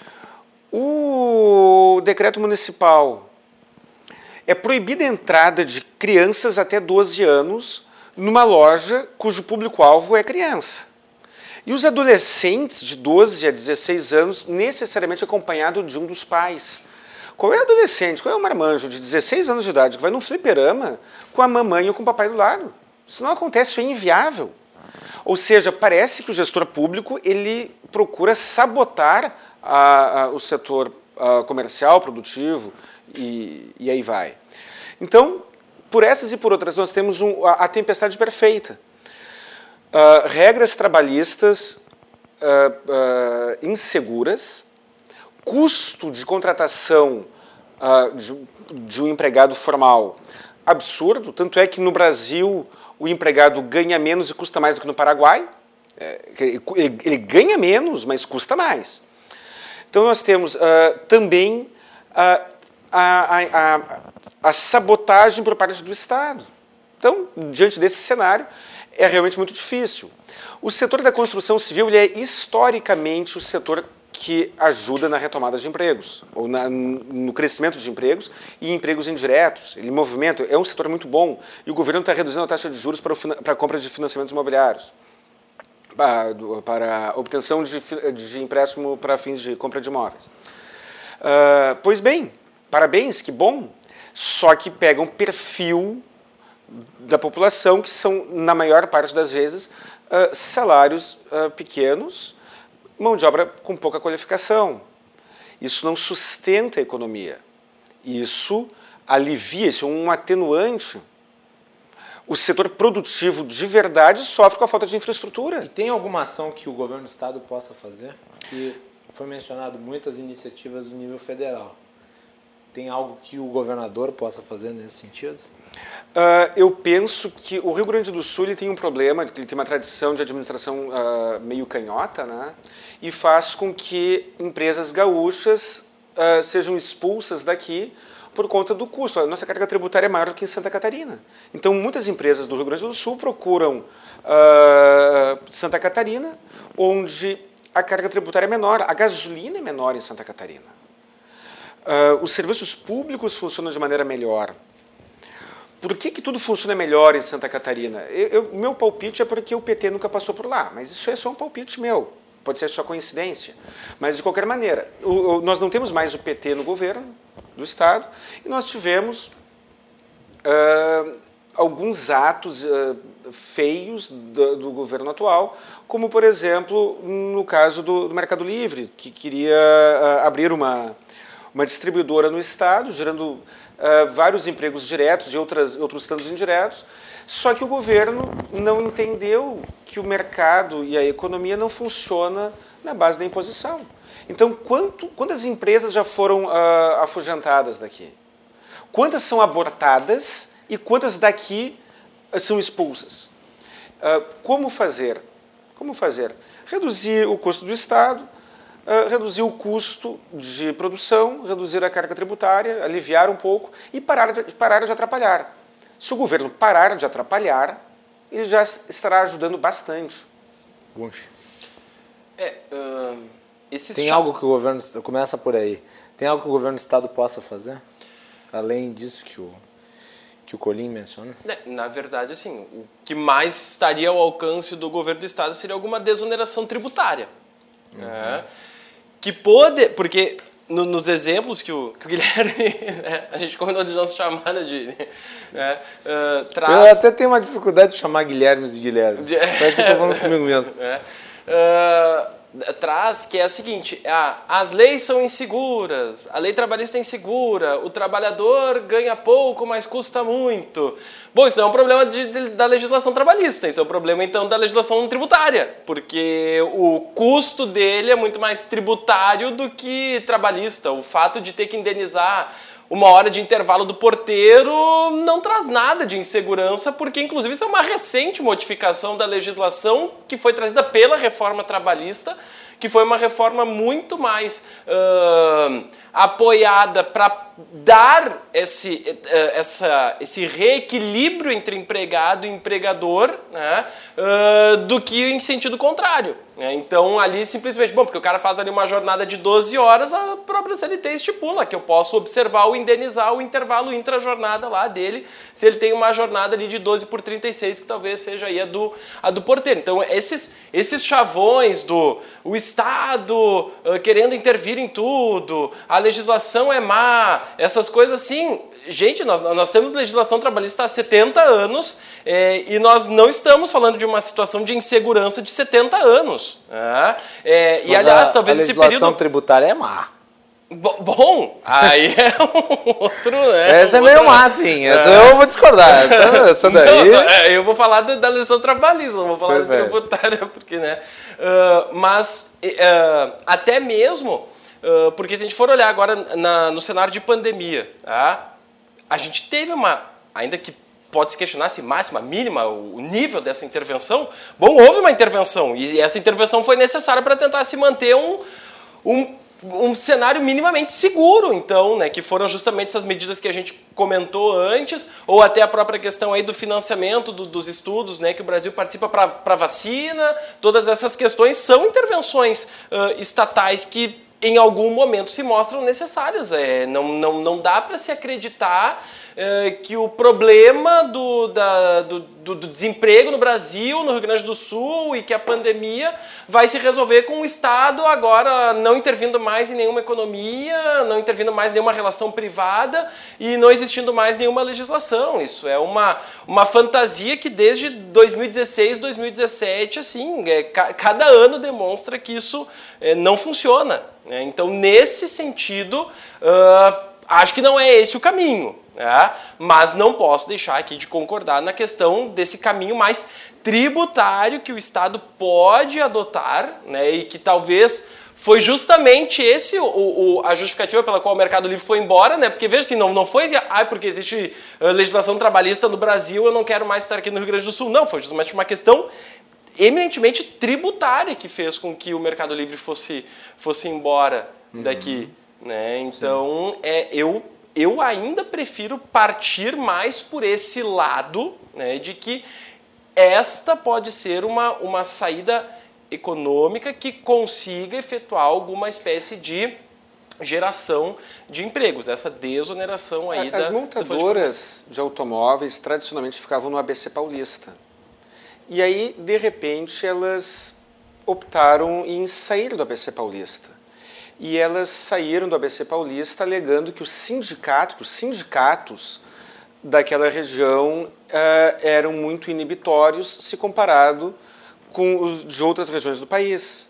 O decreto municipal é proibida a entrada de crianças até 12 anos numa loja cujo público-alvo é criança. E os adolescentes de 12 a 16 anos, necessariamente acompanhado de um dos pais. Qual é o adolescente, qual é o marmanjo de 16 anos de idade que vai num fliperama com a mamãe ou com o papai do lado? Isso não acontece, isso é inviável. Ou seja, parece que o gestor público ele procura sabotar o setor comercial, produtivo, e aí vai. Então, por essas e por outras, nós temos a tempestade perfeita. Regras trabalhistas inseguras, custo de contratação de um empregado formal absurdo, tanto é que no Brasil o empregado ganha menos e custa mais do que no Paraguai. Ele ganha menos, mas custa mais. Então nós temos também a sabotagem por parte do Estado. Então, diante desse cenário, é realmente muito difícil. O setor da construção civil ele é historicamente o setor que ajuda na retomada de empregos, ou no crescimento de empregos e empregos indiretos. Ele movimenta, é um setor muito bom, e o governo está reduzindo a taxa de juros para a compra de financiamentos imobiliários, para a obtenção de empréstimo para fins de compra de imóveis. Pois bem, parabéns, que bom, só que pegam perfil da população que são, na maior parte das vezes, salários pequenos, mão de obra com pouca qualificação. Isso não sustenta a economia. Isso alivia, isso é um atenuante. O setor produtivo de verdade sofre com a falta de infraestrutura. E tem alguma ação que o governo do Estado possa fazer? Que foi mencionado muitas iniciativas do nível federal. Tem algo que o governador possa fazer nesse sentido? Eu penso que o Rio Grande do Sul ele tem um problema, ele tem uma tradição de administração meio canhota, né? E faz com que empresas gaúchas sejam expulsas daqui por conta do custo. A nossa carga tributária é maior do que em Santa Catarina. Então, muitas empresas do Rio Grande do Sul procuram Santa Catarina, onde a carga tributária é menor, a gasolina é menor em Santa Catarina. Os serviços públicos funcionam de maneira melhor. Por que tudo funciona melhor em Santa Catarina? Meu palpite é porque o PT nunca passou por lá, mas isso é só um palpite meu. Pode ser só coincidência. Mas, de qualquer maneira, nós não temos mais o PT no governo do Estado e nós tivemos alguns atos feios do governo atual, como, por exemplo, no caso do Mercado Livre, que queria abrir uma distribuidora no Estado, gerando vários empregos diretos e outros tantos indiretos, só que o governo não entendeu que o mercado e a economia não funciona na base da imposição. Então, quantas empresas já foram afugentadas daqui? Quantas são abortadas e quantas daqui são expulsas? Como fazer? Como fazer? Reduzir o custo do Estado, reduzir o custo de produção, reduzir a carga tributária, aliviar um pouco e parar de atrapalhar. Se o governo parar de atrapalhar, ele já estará ajudando bastante. Tem algo que o governo... Começa por aí. Tem algo que o governo do estado possa fazer? Além disso que o Colim menciona? Na verdade, assim, o que mais estaria ao alcance do governo do estado seria alguma desoneração tributária. Porque nos exemplos que o Guilherme, a gente combinou de não se chamar traz... Eu até tenho uma dificuldade de chamar Guilhermes de Guilherme. Parece que eu estou falando comigo mesmo. Traz que é a seguinte, as leis são inseguras, a lei trabalhista é insegura, o trabalhador ganha pouco, mas custa muito. Bom, isso não é um problema da legislação trabalhista, isso é um problema, então, da legislação tributária, porque o custo dele é muito mais tributário do que trabalhista. O fato de ter que indenizar uma hora de intervalo do porteiro não traz nada de insegurança, porque, inclusive, isso é uma recente modificação da legislação que foi trazida pela reforma trabalhista, que foi uma reforma muito mais apoiada para dar esse reequilíbrio entre empregado e empregador, né, do que em sentido contrário. Então, ali simplesmente, porque o cara faz ali uma jornada de 12 horas, a própria CLT estipula que eu posso observar ou indenizar o intervalo intra-jornada lá dele, se ele tem uma jornada ali de 12 por 36, que talvez seja aí a do porteiro. Então, esses chavões o Estado querendo intervir em tudo, a legislação é má, essas coisas assim... Gente, nós temos legislação trabalhista há 70 anos e nós não estamos falando de uma situação de insegurança de 70 anos. E, aliás, talvez esse período... A legislação tributária é má. Bom, aí é um outro... Essa é meio má, sim. Essa eu vou discordar. Essa daí... Não, eu vou falar da legislação trabalhista, não vou falar da tributária, porque, né? Mas até mesmo... Porque se a gente for olhar agora no cenário de pandemia, a gente teve ainda que pode se questionar se máxima, mínima, o nível dessa intervenção, houve uma intervenção, e essa intervenção foi necessária para tentar se manter um cenário minimamente seguro, então, né, que foram justamente essas medidas que a gente comentou antes, ou até a própria questão aí do financiamento dos estudos, né, que o Brasil participa para vacina, todas essas questões são intervenções estatais que em algum momento se mostram necessárias. Não dá para se acreditar que o problema do desemprego no Brasil, no Rio Grande do Sul, e que a pandemia vai se resolver com o Estado agora não intervindo mais em nenhuma economia, não intervindo mais em nenhuma relação privada e não existindo mais nenhuma legislação. Isso é uma fantasia que desde 2016, 2017, assim, cada ano demonstra que isso não funciona. Então, nesse sentido, acho que não é esse o caminho. Mas não posso deixar aqui de concordar na questão desse caminho mais tributário que o Estado pode adotar, né, e que talvez foi justamente a justificativa pela qual o Mercado Livre foi embora, né, porque veja assim, não foi porque existe legislação trabalhista no Brasil, eu não quero mais estar aqui no Rio Grande do Sul. Não, foi justamente uma questão eminentemente tributária que fez com que o Mercado Livre fosse embora daqui, né? Então, eu ainda prefiro partir mais por esse lado, né, de que esta pode ser uma saída econômica que consiga efetuar alguma espécie de geração de empregos, essa desoneração aí As montadoras de automóveis tradicionalmente ficavam no ABC Paulista. E aí, de repente, elas optaram em sair do ABC Paulista. E elas saíram do ABC Paulista alegando que os sindicatos daquela região eram muito inibitórios se comparado com os de outras regiões do país.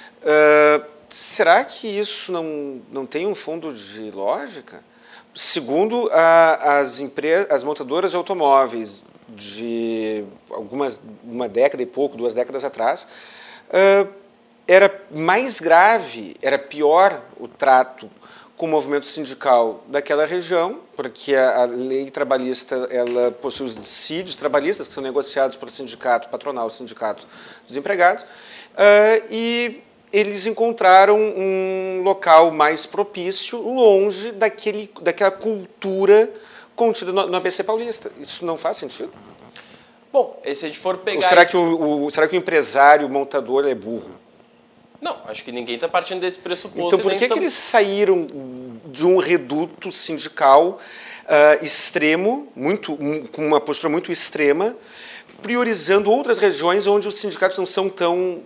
Será que isso não tem um fundo de lógica? Segundo as montadoras de automóveis de uma década e pouco, 2 décadas atrás, era mais grave, era pior o trato com o movimento sindical daquela região, porque a lei trabalhista ela possui os dissídios trabalhistas que são negociados pelo sindicato patronal, o sindicato dos empregados, e eles encontraram um local mais propício, longe daquela cultura contida no ABC Paulista. Isso não faz sentido? Bom, se a gente for pegar... Ou será que o empresário, o montador é burro? Não, acho que ninguém está partindo desse pressuposto. Então, por que eles saíram de um reduto sindical extremo, com uma postura muito extrema, priorizando outras regiões onde os sindicatos não são tão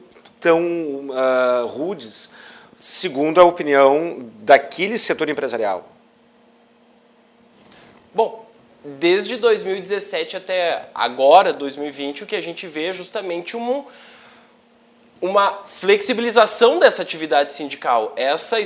rudes, segundo a opinião daquele setor empresarial? Bom, desde 2017 até agora, 2020, o que a gente vê é justamente uma flexibilização dessa atividade sindical. Essa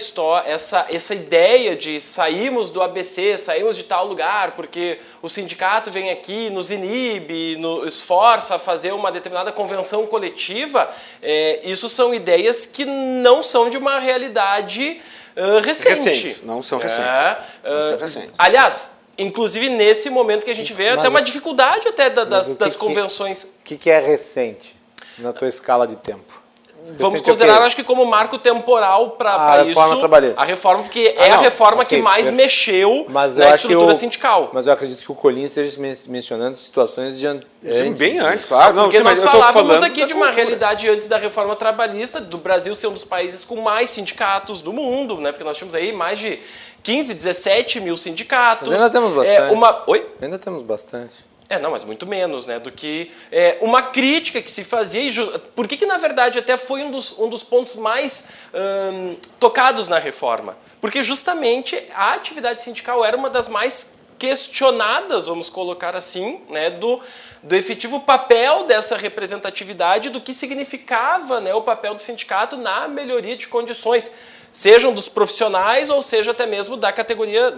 ideia de sairmos do ABC, sairmos de tal lugar, porque o sindicato vem aqui, nos inibe, nos esforça a fazer uma determinada convenção coletiva, isso são ideias que não são de uma realidade recente. Não são recentes. Aliás, inclusive nesse momento que a gente vê até uma dificuldade até das convenções. O que é recente na tua escala de tempo? Vamos considerar, acho que como marco temporal para isso, a reforma, porque a reforma que mais mexeu na estrutura sindical. Mas eu acredito que o Colin esteja mencionando situações de bem antes, claro. Porque nós falávamos aqui de uma realidade antes da reforma trabalhista, do Brasil ser um dos países com mais sindicatos do mundo, né? Porque nós tínhamos aí mais de 15, 17 mil sindicatos. Mas ainda temos bastante. Oi? Ainda temos bastante. Não, mas muito menos, né, do que uma crítica que se fazia. Por que na verdade até foi um dos pontos mais tocados na reforma? Porque justamente a atividade sindical era uma das mais questionadas, vamos colocar assim, né, do efetivo papel dessa representatividade, do que significava, né, o papel do sindicato na melhoria de condições, sejam dos profissionais ou seja até mesmo da categoria,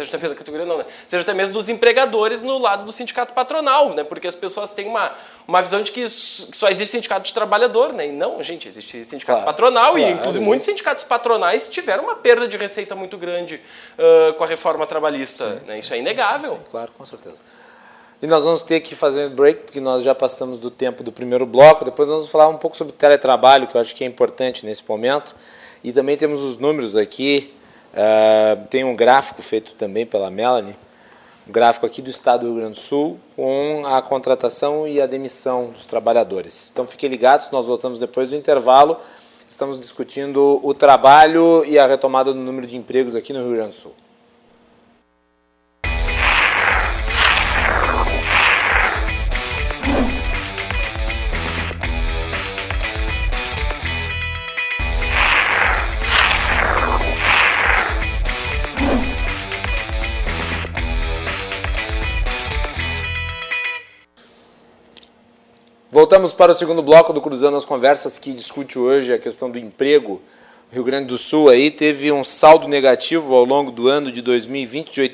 seja até mesmo dos empregadores no lado do sindicato patronal, né? Porque as pessoas têm uma visão de que só existe sindicato de trabalhador, né? E não, gente, existe sindicato patronal e inclusive muitos sindicatos patronais tiveram uma perda de receita muito grande com a reforma trabalhista, né? Isso é inegável. Sim, claro, com certeza. E nós vamos ter que fazer um break, porque nós já passamos do tempo do primeiro bloco, depois nós vamos falar um pouco sobre teletrabalho, que eu acho que é importante nesse momento. E também temos os números aqui, tem um gráfico feito também pela Melanie, um gráfico aqui do estado do Rio Grande do Sul, com a contratação e a demissão dos trabalhadores. Então fiquem ligados, nós voltamos depois do intervalo, estamos discutindo o trabalho e a retomada do número de empregos aqui no Rio Grande do Sul. Voltamos para o segundo bloco do Cruzando as Conversas, que discute hoje a questão do emprego. O Rio Grande do Sul aí teve um saldo negativo ao longo do ano de 2020 de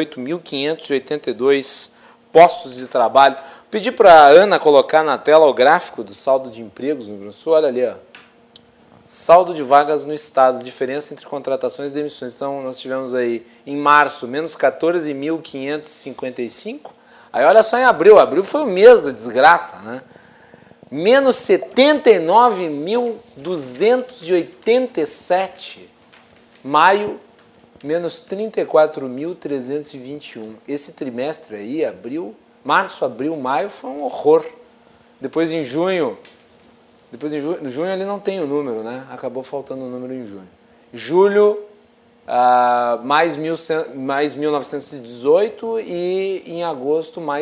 88.582 postos de trabalho. Pedi para a Ana colocar na tela o gráfico do saldo de empregos no Rio Grande do Sul. Olha ali, ó. Saldo de vagas no estado, diferença entre contratações e demissões. Então, nós tivemos aí, em março, menos 14.555. Aí, olha só em abril. Abril foi o mês da desgraça, né? Menos 79.287. Maio, menos 34.321. Esse trimestre aí, março, abril, maio, foi um horror. Depois em junho ali não tem o número, né? Acabou faltando o número em junho. Julho, mais 1.918 e em agosto mais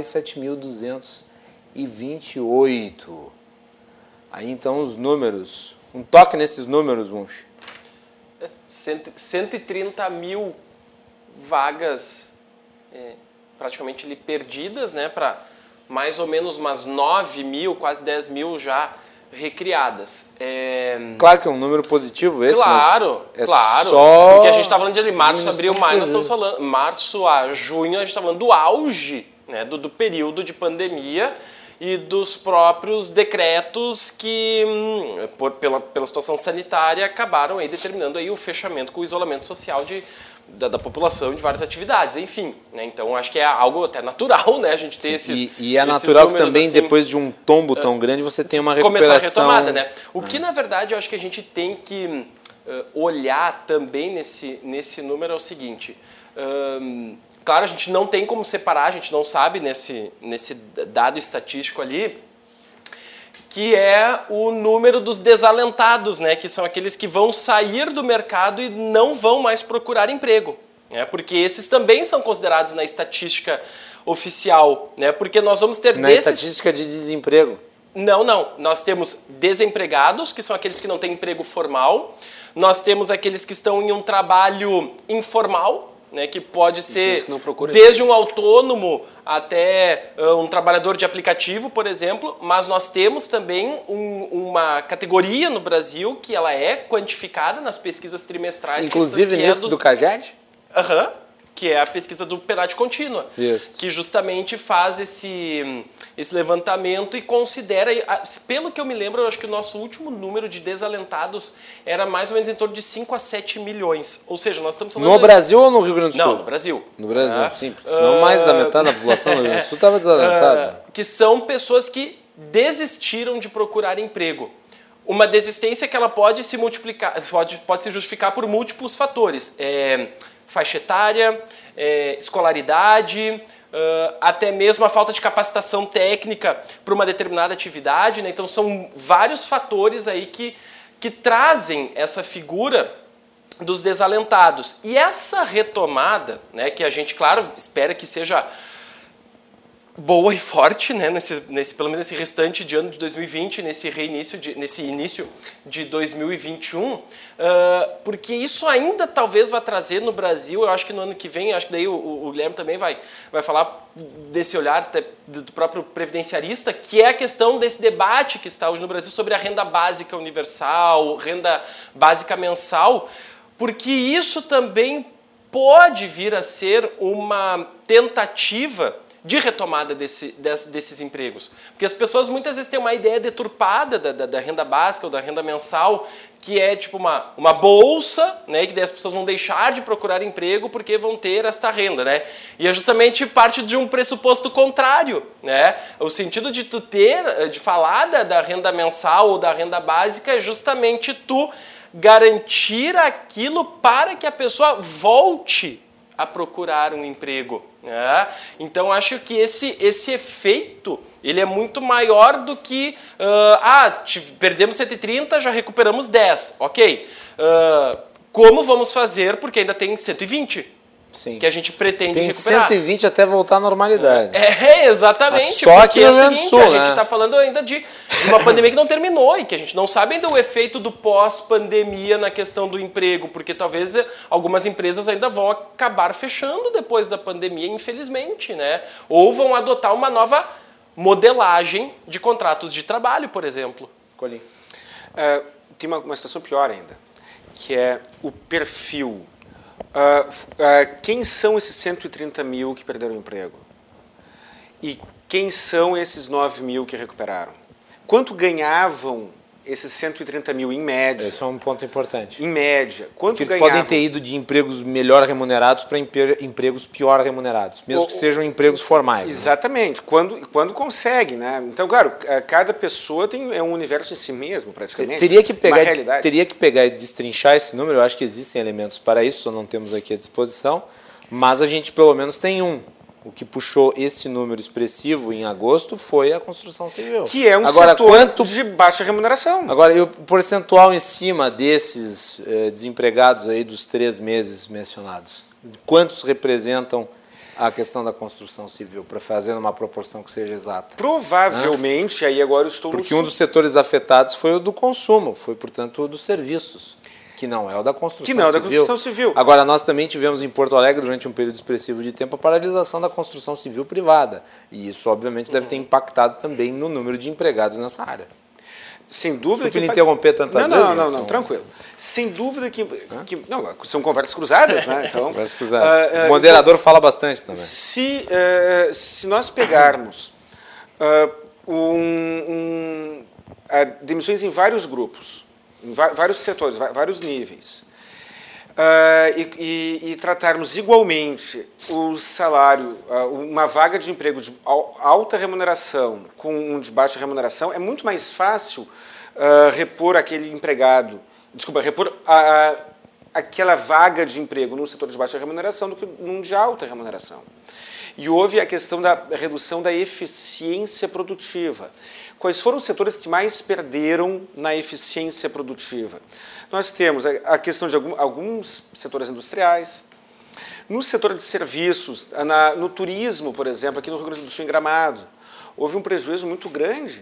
7.228. Aí então os números, um toque nesses números, Munch. 130 mil vagas praticamente ali perdidas, né, para mais ou menos umas 9 mil, quase 10 mil já recriadas. Claro que é um número positivo esse, claro, mas claro. Só porque a gente está falando de março, abril, maio, nós estamos falando março a junho, a gente está falando do auge, né, do período de pandemia e dos próprios decretos que, pela situação sanitária, acabaram aí determinando aí o fechamento com o isolamento social da população de várias atividades, enfim, né? Então acho que é algo até natural, né, a gente ter esses e é natural que também assim, depois de um tombo tão grande você tenha uma recuperação, começar a retomada, né? O que na verdade eu acho que a gente tem que olhar também nesse número é o seguinte, claro, a gente não tem como separar, a gente não sabe nesse dado estatístico ali que é o número dos desalentados, né, que são aqueles que vão sair do mercado e não vão mais procurar emprego, né, porque esses também são considerados na estatística oficial, né, porque nós vamos ter na estatística de desemprego. Não, nós temos desempregados, que são aqueles que não têm emprego formal, nós temos aqueles que estão em um trabalho informal, né, que pode ser desde um autônomo até um trabalhador de aplicativo, por exemplo, mas nós temos também uma categoria no Brasil que ela é quantificada nas pesquisas trimestrais. Inclusive nesse do CAGED? Aham, que é a pesquisa do PNAD contínua, que justamente faz esse levantamento e considera, pelo que eu me lembro, eu acho que o nosso último número de desalentados era mais ou menos em torno de 5 a 7 milhões. Ou seja, nós estamos falando... No Brasil ou no Rio Grande do Sul? Não, no Brasil. No Brasil, sim. Senão mais da metade da população do Rio Grande do Sul estava desalentada. Que são pessoas que desistiram de procurar emprego. Uma desistência que ela pode se multiplicar, pode se justificar por múltiplos fatores. Faixa etária, escolaridade, até mesmo a falta de capacitação técnica para uma determinada atividade, né? Então são vários fatores aí que trazem essa figura dos desalentados. E essa retomada, né, que a gente, claro, espera que seja boa e forte, né, pelo menos nesse restante de ano de 2020, nesse início de 2021, porque isso ainda talvez vá trazer no Brasil, eu acho que no ano que vem, acho que daí o Guilherme também vai falar desse olhar do próprio previdenciarista, que é a questão desse debate que está hoje no Brasil sobre a renda básica universal, renda básica mensal, porque isso também pode vir a ser uma tentativa de retomada desses empregos. Porque as pessoas muitas vezes têm uma ideia deturpada da renda básica ou da renda mensal, que é tipo uma bolsa, né, que daí as pessoas vão deixar de procurar emprego porque vão ter esta renda, né? E é justamente parte de um pressuposto contrário, né? O sentido de de falar da renda mensal ou da renda básica é justamente tu garantir aquilo para que a pessoa volte a procurar um emprego. Então acho que esse efeito ele é muito maior do que perdemos 130, já recuperamos 10, ok, como vamos fazer, porque ainda tem 120 Sim. que a gente pretende tem recuperar. 120 até voltar à normalidade. Exatamente. Só aqui no Rio Grande do Sul, a gente está falando ainda de uma pandemia que não terminou e que a gente não sabe ainda o efeito do pós-pandemia na questão do emprego, porque talvez algumas empresas ainda vão acabar fechando depois da pandemia, infelizmente, né? Ou vão adotar uma nova modelagem de contratos de trabalho, por exemplo. Colim. Tem uma situação pior ainda, que é o perfil. Quem são esses 130 mil que perderam o emprego? E quem são esses 9 mil que recuperaram? Quanto ganhavam esses 130 mil em média? Esse é um ponto importante. Em média. Quanto eles ganhavam? podem ter ido de empregos melhor remunerados para empregos pior remunerados, mesmo que sejam empregos formais. Exatamente. Né? Quando consegue, né? Então, claro, cada pessoa tem um universo em si mesmo, praticamente. Teria que pegar e destrinchar esse número. Eu acho que existem elementos para isso, só não temos aqui à disposição, mas a gente pelo menos tem um. O que puxou esse número expressivo em agosto foi a construção civil. Que é um setor de baixa remuneração. Agora, o percentual em cima desses desempregados aí dos 3 meses mencionados, quantos representam a questão da construção civil, para fazer uma proporção que seja exata? Provavelmente, aí agora eu estou... Porque um dos setores afetados foi o do consumo, foi, portanto, o dos serviços. Que não é o da construção civil. Agora, nós também tivemos em Porto Alegre, durante um período expressivo de tempo, a paralisação da construção civil privada. E isso, obviamente, deve ter impactado também no número de empregados nessa área. Sem dúvida que... interromper tantas vezes? Não, tranquilo. Sem dúvida que... Não, são conversas cruzadas, né? Então, conversas cruzadas. O moderador fala bastante também. Se nós pegarmos demissões em vários grupos, em vários setores, vários níveis, e tratarmos igualmente o salário, uma vaga de emprego de alta remuneração com um de baixa remuneração, é muito mais fácil repor aquele empregado, repor aquela vaga de emprego num setor de baixa remuneração do que num de alta remuneração. e houve a questão da redução da eficiência produtiva. Quais foram os setores que mais perderam na eficiência produtiva? Nós temos a questão de alguns setores industriais. No setor de serviços, no turismo, por exemplo, aqui no Rio Grande do Sul, em Gramado, houve um prejuízo muito grande.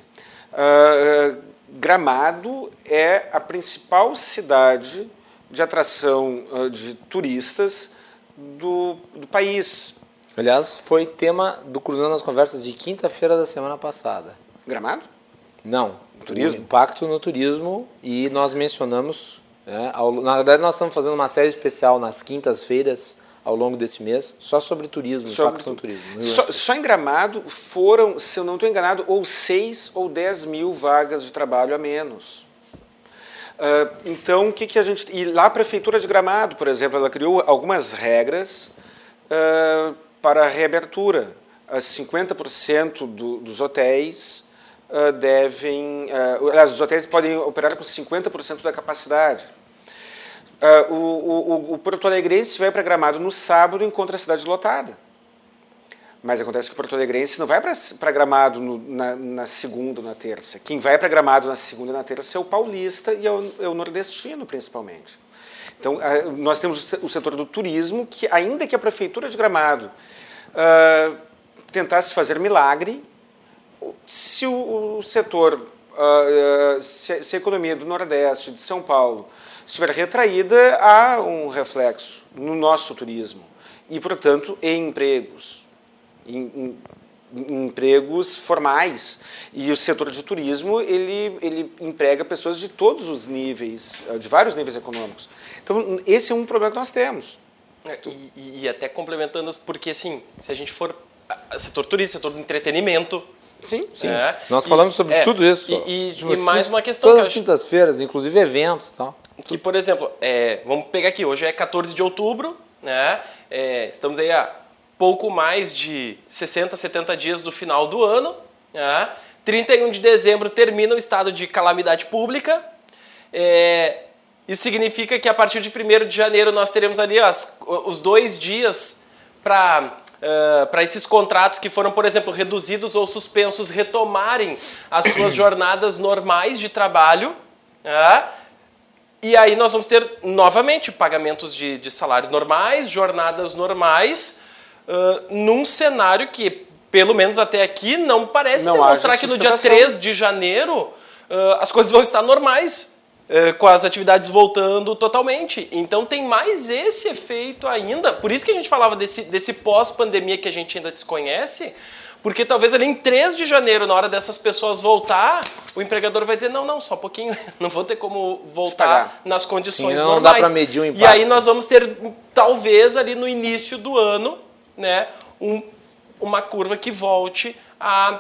Gramado é a principal cidade de atração de turistas do país. Aliás, foi tema do Cruzando as Conversas de quinta-feira da semana passada. Gramado? Não. Turismo? O impacto no turismo, e nós mencionamos, na verdade nós estamos fazendo uma série especial nas quintas-feiras ao longo desse mês, só sobre turismo, impacto no turismo. Só em Gramado foram, se eu não estou enganado, ou 6 ou 10 mil vagas de trabalho a menos. Então, o que a gente... E lá a Prefeitura de Gramado, por exemplo, ela criou algumas regras para a reabertura. 50% dos hotéis devem... aliás, os hotéis podem operar com 50% da capacidade. O Porto Alegrense vai para Gramado no sábado e encontra a cidade lotada. Mas acontece que o Porto Alegrense não vai para Gramado na segunda ou na terça. Quem vai para Gramado na segunda e na terça é o paulista e é o nordestino, principalmente. Então, nós temos o setor do turismo, que ainda que a Prefeitura de Gramado tentasse fazer milagre, se o setor, se a economia do Nordeste, de São Paulo, estiver retraída, há um reflexo no nosso turismo e, portanto, em empregos, em empregos formais. E o setor de turismo, ele emprega pessoas de todos os níveis, de vários níveis econômicos. Então, esse é um problema que nós temos. E até complementando, porque assim, se a gente for setor turístico, setor do entretenimento... Sim. Nós falamos sobre tudo isso. E mais uma questão... Todas as quintas-feiras, inclusive eventos e tal. Que, por exemplo, vamos pegar aqui, hoje é 14 de outubro, né? Estamos aí há pouco mais de 60, 70 dias do final do ano. Né? 31 de dezembro termina o estado de calamidade pública. Isso significa que a partir de 1º de janeiro nós teremos ali os 2 dias para esses contratos que foram, por exemplo, reduzidos ou suspensos retomarem as suas jornadas normais de trabalho. Né? E aí nós vamos ter, novamente, pagamentos de salários normais, jornadas normais, num cenário que, pelo menos até aqui, não parece demonstrar que no dia 3 de janeiro as coisas vão estar normais, com as atividades voltando totalmente. Então tem mais esse efeito ainda, por isso que a gente falava desse pós-pandemia que a gente ainda desconhece, porque talvez ali em 3 de janeiro, na hora dessas pessoas voltar, o empregador vai dizer, não, só um pouquinho, não vou ter como voltar nas condições normais. Não dá para medir o impacto. E aí nós vamos ter, talvez, ali no início do ano, né, uma curva que volte a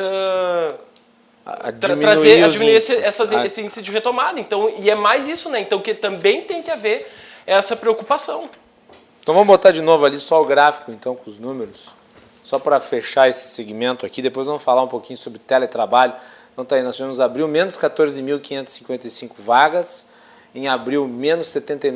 diminuir esse índice de retomada. Então, e é mais isso, né? Então, que também tem que haver essa preocupação. Então vamos botar de novo ali só o gráfico, então, com os números. Só para fechar esse segmento aqui, depois vamos falar um pouquinho sobre teletrabalho. Então tá aí, nós tivemos abril menos 14.555 vagas, em abril menos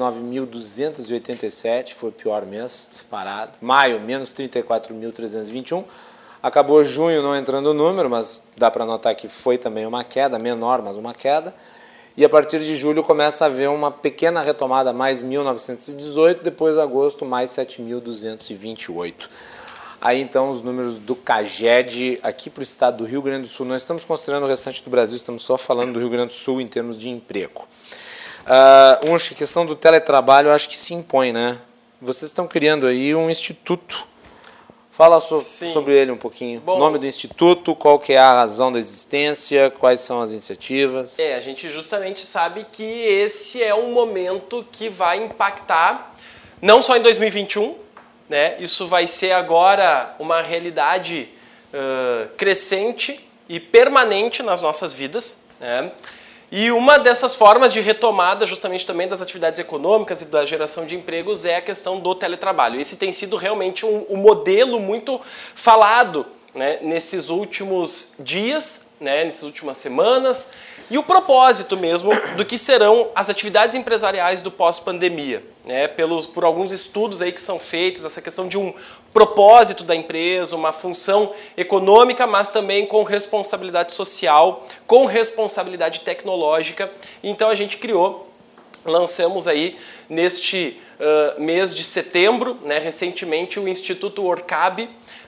79.287, foi o pior mês, disparado. Maio menos 34.321, acabou junho não entrando o número, mas dá para notar que foi também uma queda, menor, mas uma queda. E a partir de julho começa a haver uma pequena retomada, mais 1.918, depois agosto mais 7.228. Aí, então, os números do CAGED aqui para o estado do Rio Grande do Sul. Nós estamos considerando o restante do Brasil, estamos só falando do Rio Grande do Sul em termos de emprego. A questão do teletrabalho, eu acho que se impõe, né? Vocês estão criando aí um instituto. Fala sobre ele um pouquinho. Bom, nome do instituto, qual que é a razão da existência, quais são as iniciativas? A gente justamente sabe que esse é um momento que vai impactar, não só em 2021, né? Isso vai ser agora uma realidade crescente e permanente nas nossas vidas, né? E uma dessas formas de retomada justamente também das atividades econômicas e da geração de empregos é a questão do teletrabalho. Esse tem sido realmente um modelo muito falado, né, nesses últimos dias, né, nessas últimas semanas, e o propósito mesmo do que serão as atividades empresariais do pós-pandemia. né, por alguns estudos aí que são feitos, essa questão de um propósito da empresa, uma função econômica, mas também com responsabilidade social, com responsabilidade tecnológica. Então a gente lançamos aí neste mês de setembro, né, recentemente, o Instituto Orcab.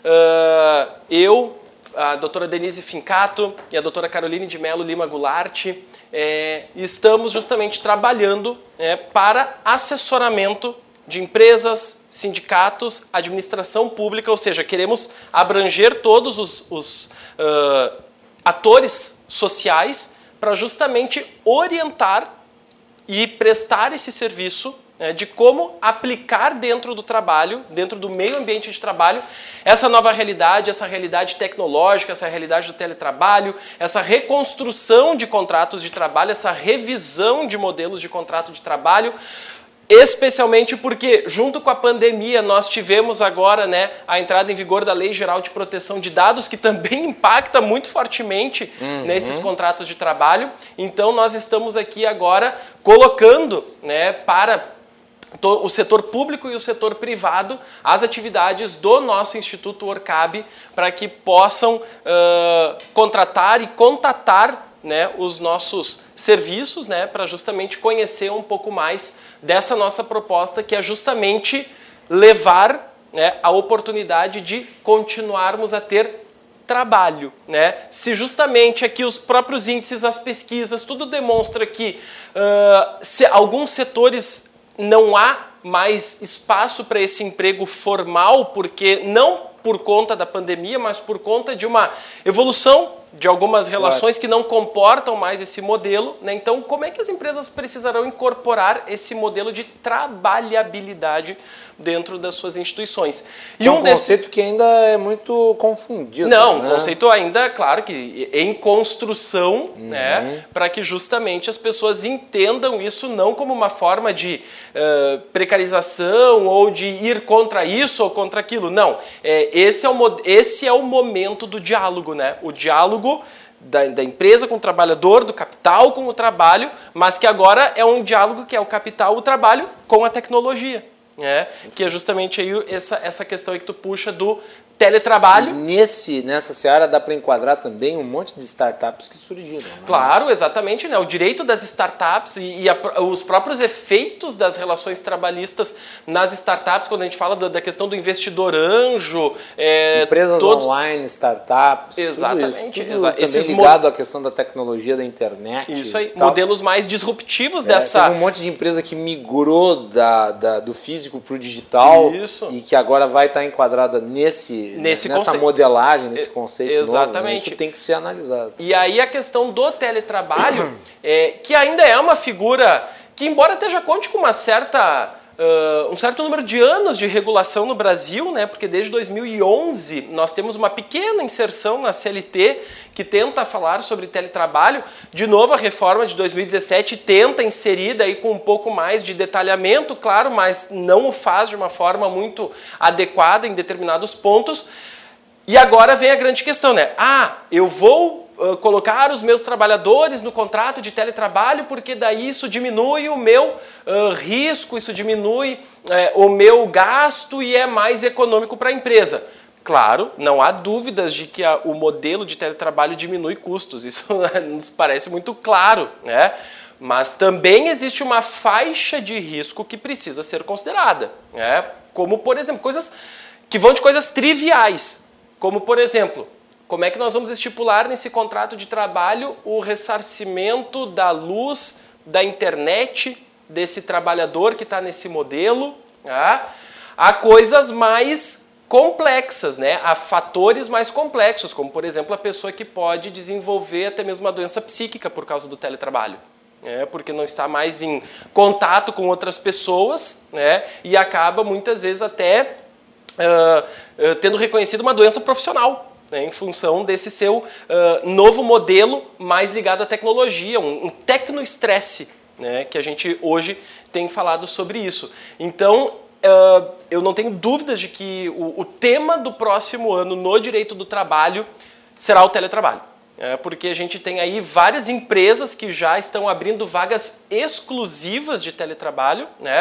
A doutora Denise Fincato e a doutora Caroline de Mello Lima Goulart estamos justamente trabalhando para assessoramento de empresas, sindicatos, administração pública, ou seja, queremos abranger todos os atores sociais para justamente orientar e prestar esse serviço de como aplicar dentro do trabalho, dentro do meio ambiente de trabalho, essa nova realidade, essa realidade tecnológica, essa realidade do teletrabalho, essa reconstrução de contratos de trabalho, essa revisão de modelos de contrato de trabalho, especialmente porque, junto com a pandemia, nós tivemos agora, né, a entrada em vigor da Lei Geral de Proteção de Dados, que também impacta muito fortemente nesses contratos de trabalho. Então, nós estamos aqui agora colocando, né, para o setor público e o setor privado as atividades do nosso Instituto Orcab para que possam contratar e contatar, né, os nossos serviços, né, para justamente conhecer um pouco mais dessa nossa proposta, que é justamente levar, né, a oportunidade de continuarmos a ter trabalho, né? Se justamente aqui os próprios índices, as pesquisas, tudo demonstra que alguns setores não há mais espaço para esse emprego formal, porque não por conta da pandemia, mas por conta de uma evolução de algumas relações que não comportam mais esse modelo, né? Então, como é que as empresas precisarão incorporar esse modelo de trabalhabilidade dentro das suas instituições? E um conceito que ainda é muito confundido. Não, né? Um conceito ainda, claro, que em construção, né, para que justamente as pessoas entendam isso não como uma forma de precarização ou de ir contra isso ou contra aquilo. Não, esse é o momento do diálogo, né? O diálogo da empresa com o trabalhador, do capital com o trabalho, mas que agora é um diálogo que é o capital, o trabalho com a tecnologia. Que é justamente aí essa questão aí que tu puxa do teletrabalho. Nessa seara dá para enquadrar também um monte de startups que surgiram. Né? Claro, exatamente, né? O direito das startups e os próprios efeitos das relações trabalhistas nas startups, quando a gente fala da questão do investidor anjo... Empresas online, startups, exatamente, tudo também ligado à questão da tecnologia, da internet. Isso aí, modelos mais disruptivos dessa... Teve um monte de empresa que migrou do físico para o digital. Isso. E que agora vai estar enquadrada nessa modelagem, nesse conceito exatamente. Novo, né? Isso tem que ser analisado. E aí a questão do teletrabalho, que ainda é uma figura que, embora esteja conte com um certo número de anos de regulação no Brasil, né? Porque desde 2011 nós temos uma pequena inserção na CLT que tenta falar sobre teletrabalho. De novo, a reforma de 2017 tenta inserir daí com um pouco mais de detalhamento, claro, mas não o faz de uma forma muito adequada em determinados pontos. E agora vem a grande questão, né? Eu vou colocar os meus trabalhadores no contrato de teletrabalho porque daí isso diminui o meu risco, isso diminui o meu gasto e é mais econômico para a empresa. Claro, não há dúvidas de que o modelo de teletrabalho diminui custos, isso nos parece muito claro, né? Mas também existe uma faixa de risco que precisa ser considerada, né? Como, por exemplo, coisas que vão de coisas triviais, como, por exemplo, como é que nós vamos estipular nesse contrato de trabalho o ressarcimento da luz, da internet, desse trabalhador que está nesse modelo? Tá? Há coisas mais complexas, né? Há fatores mais complexos, como, por exemplo, a pessoa que pode desenvolver até mesmo uma doença psíquica por causa do teletrabalho. Porque não está mais em contato com outras pessoas, né? E acaba, muitas vezes, até tendo reconhecido uma doença profissional, né, em função desse seu novo modelo mais ligado à tecnologia, um tecnoestresse, né, que a gente hoje tem falado sobre isso. Então, eu não tenho dúvidas de que o tema do próximo ano no direito do trabalho será o teletrabalho. Porque a gente tem aí várias empresas que já estão abrindo vagas exclusivas de teletrabalho, né?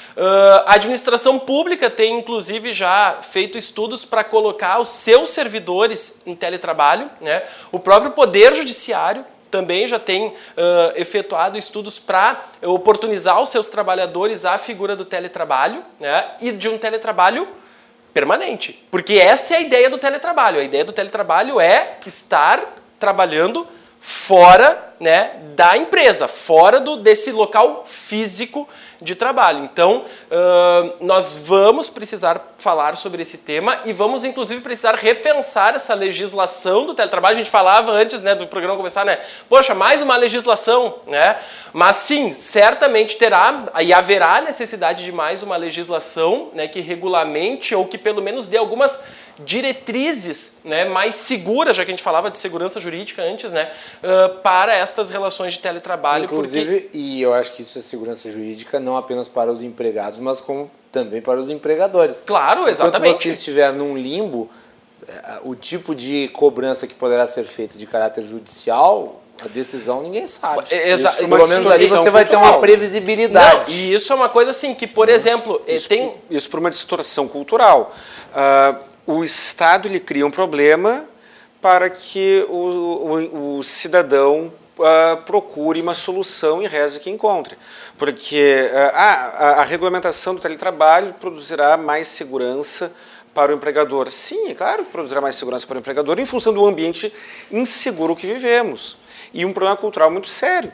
A administração pública tem, inclusive, já feito estudos para colocar os seus servidores em teletrabalho, né? O próprio Poder Judiciário também já tem efetuado estudos para oportunizar os seus trabalhadores à figura do teletrabalho, né? E de um teletrabalho permanente. Porque essa é a ideia do teletrabalho. A ideia do teletrabalho é estar trabalhando fora, né, da empresa, fora desse local físico de trabalho. Então, nós vamos precisar falar sobre esse tema e vamos, inclusive, precisar repensar essa legislação do teletrabalho. A gente falava antes, né, do programa começar, né? Poxa, mais uma legislação, né? Mas sim, certamente terá e haverá necessidade de mais uma legislação, né, que regulamente ou que pelo menos dê algumas diretrizes, né, mais seguras, já que a gente falava de segurança jurídica antes, né, para estas relações de teletrabalho. Inclusive, e eu acho que isso é segurança jurídica não apenas para os empregados, mas como também para os empregadores. Claro, exatamente. Enquanto você estiver num limbo, o tipo de cobrança que poderá ser feita de caráter judicial, a decisão ninguém sabe. Pelo menos ali você vai ter uma previsibilidade. Não, e isso é uma coisa assim que, por exemplo, Isso por uma distorção cultural. O Estado ele cria um problema para que o cidadão procure uma solução e reze que encontre. Porque a regulamentação do teletrabalho produzirá mais segurança para o empregador. Sim, é claro que produzirá mais segurança para o empregador em função do ambiente inseguro que vivemos. E um problema cultural muito sério.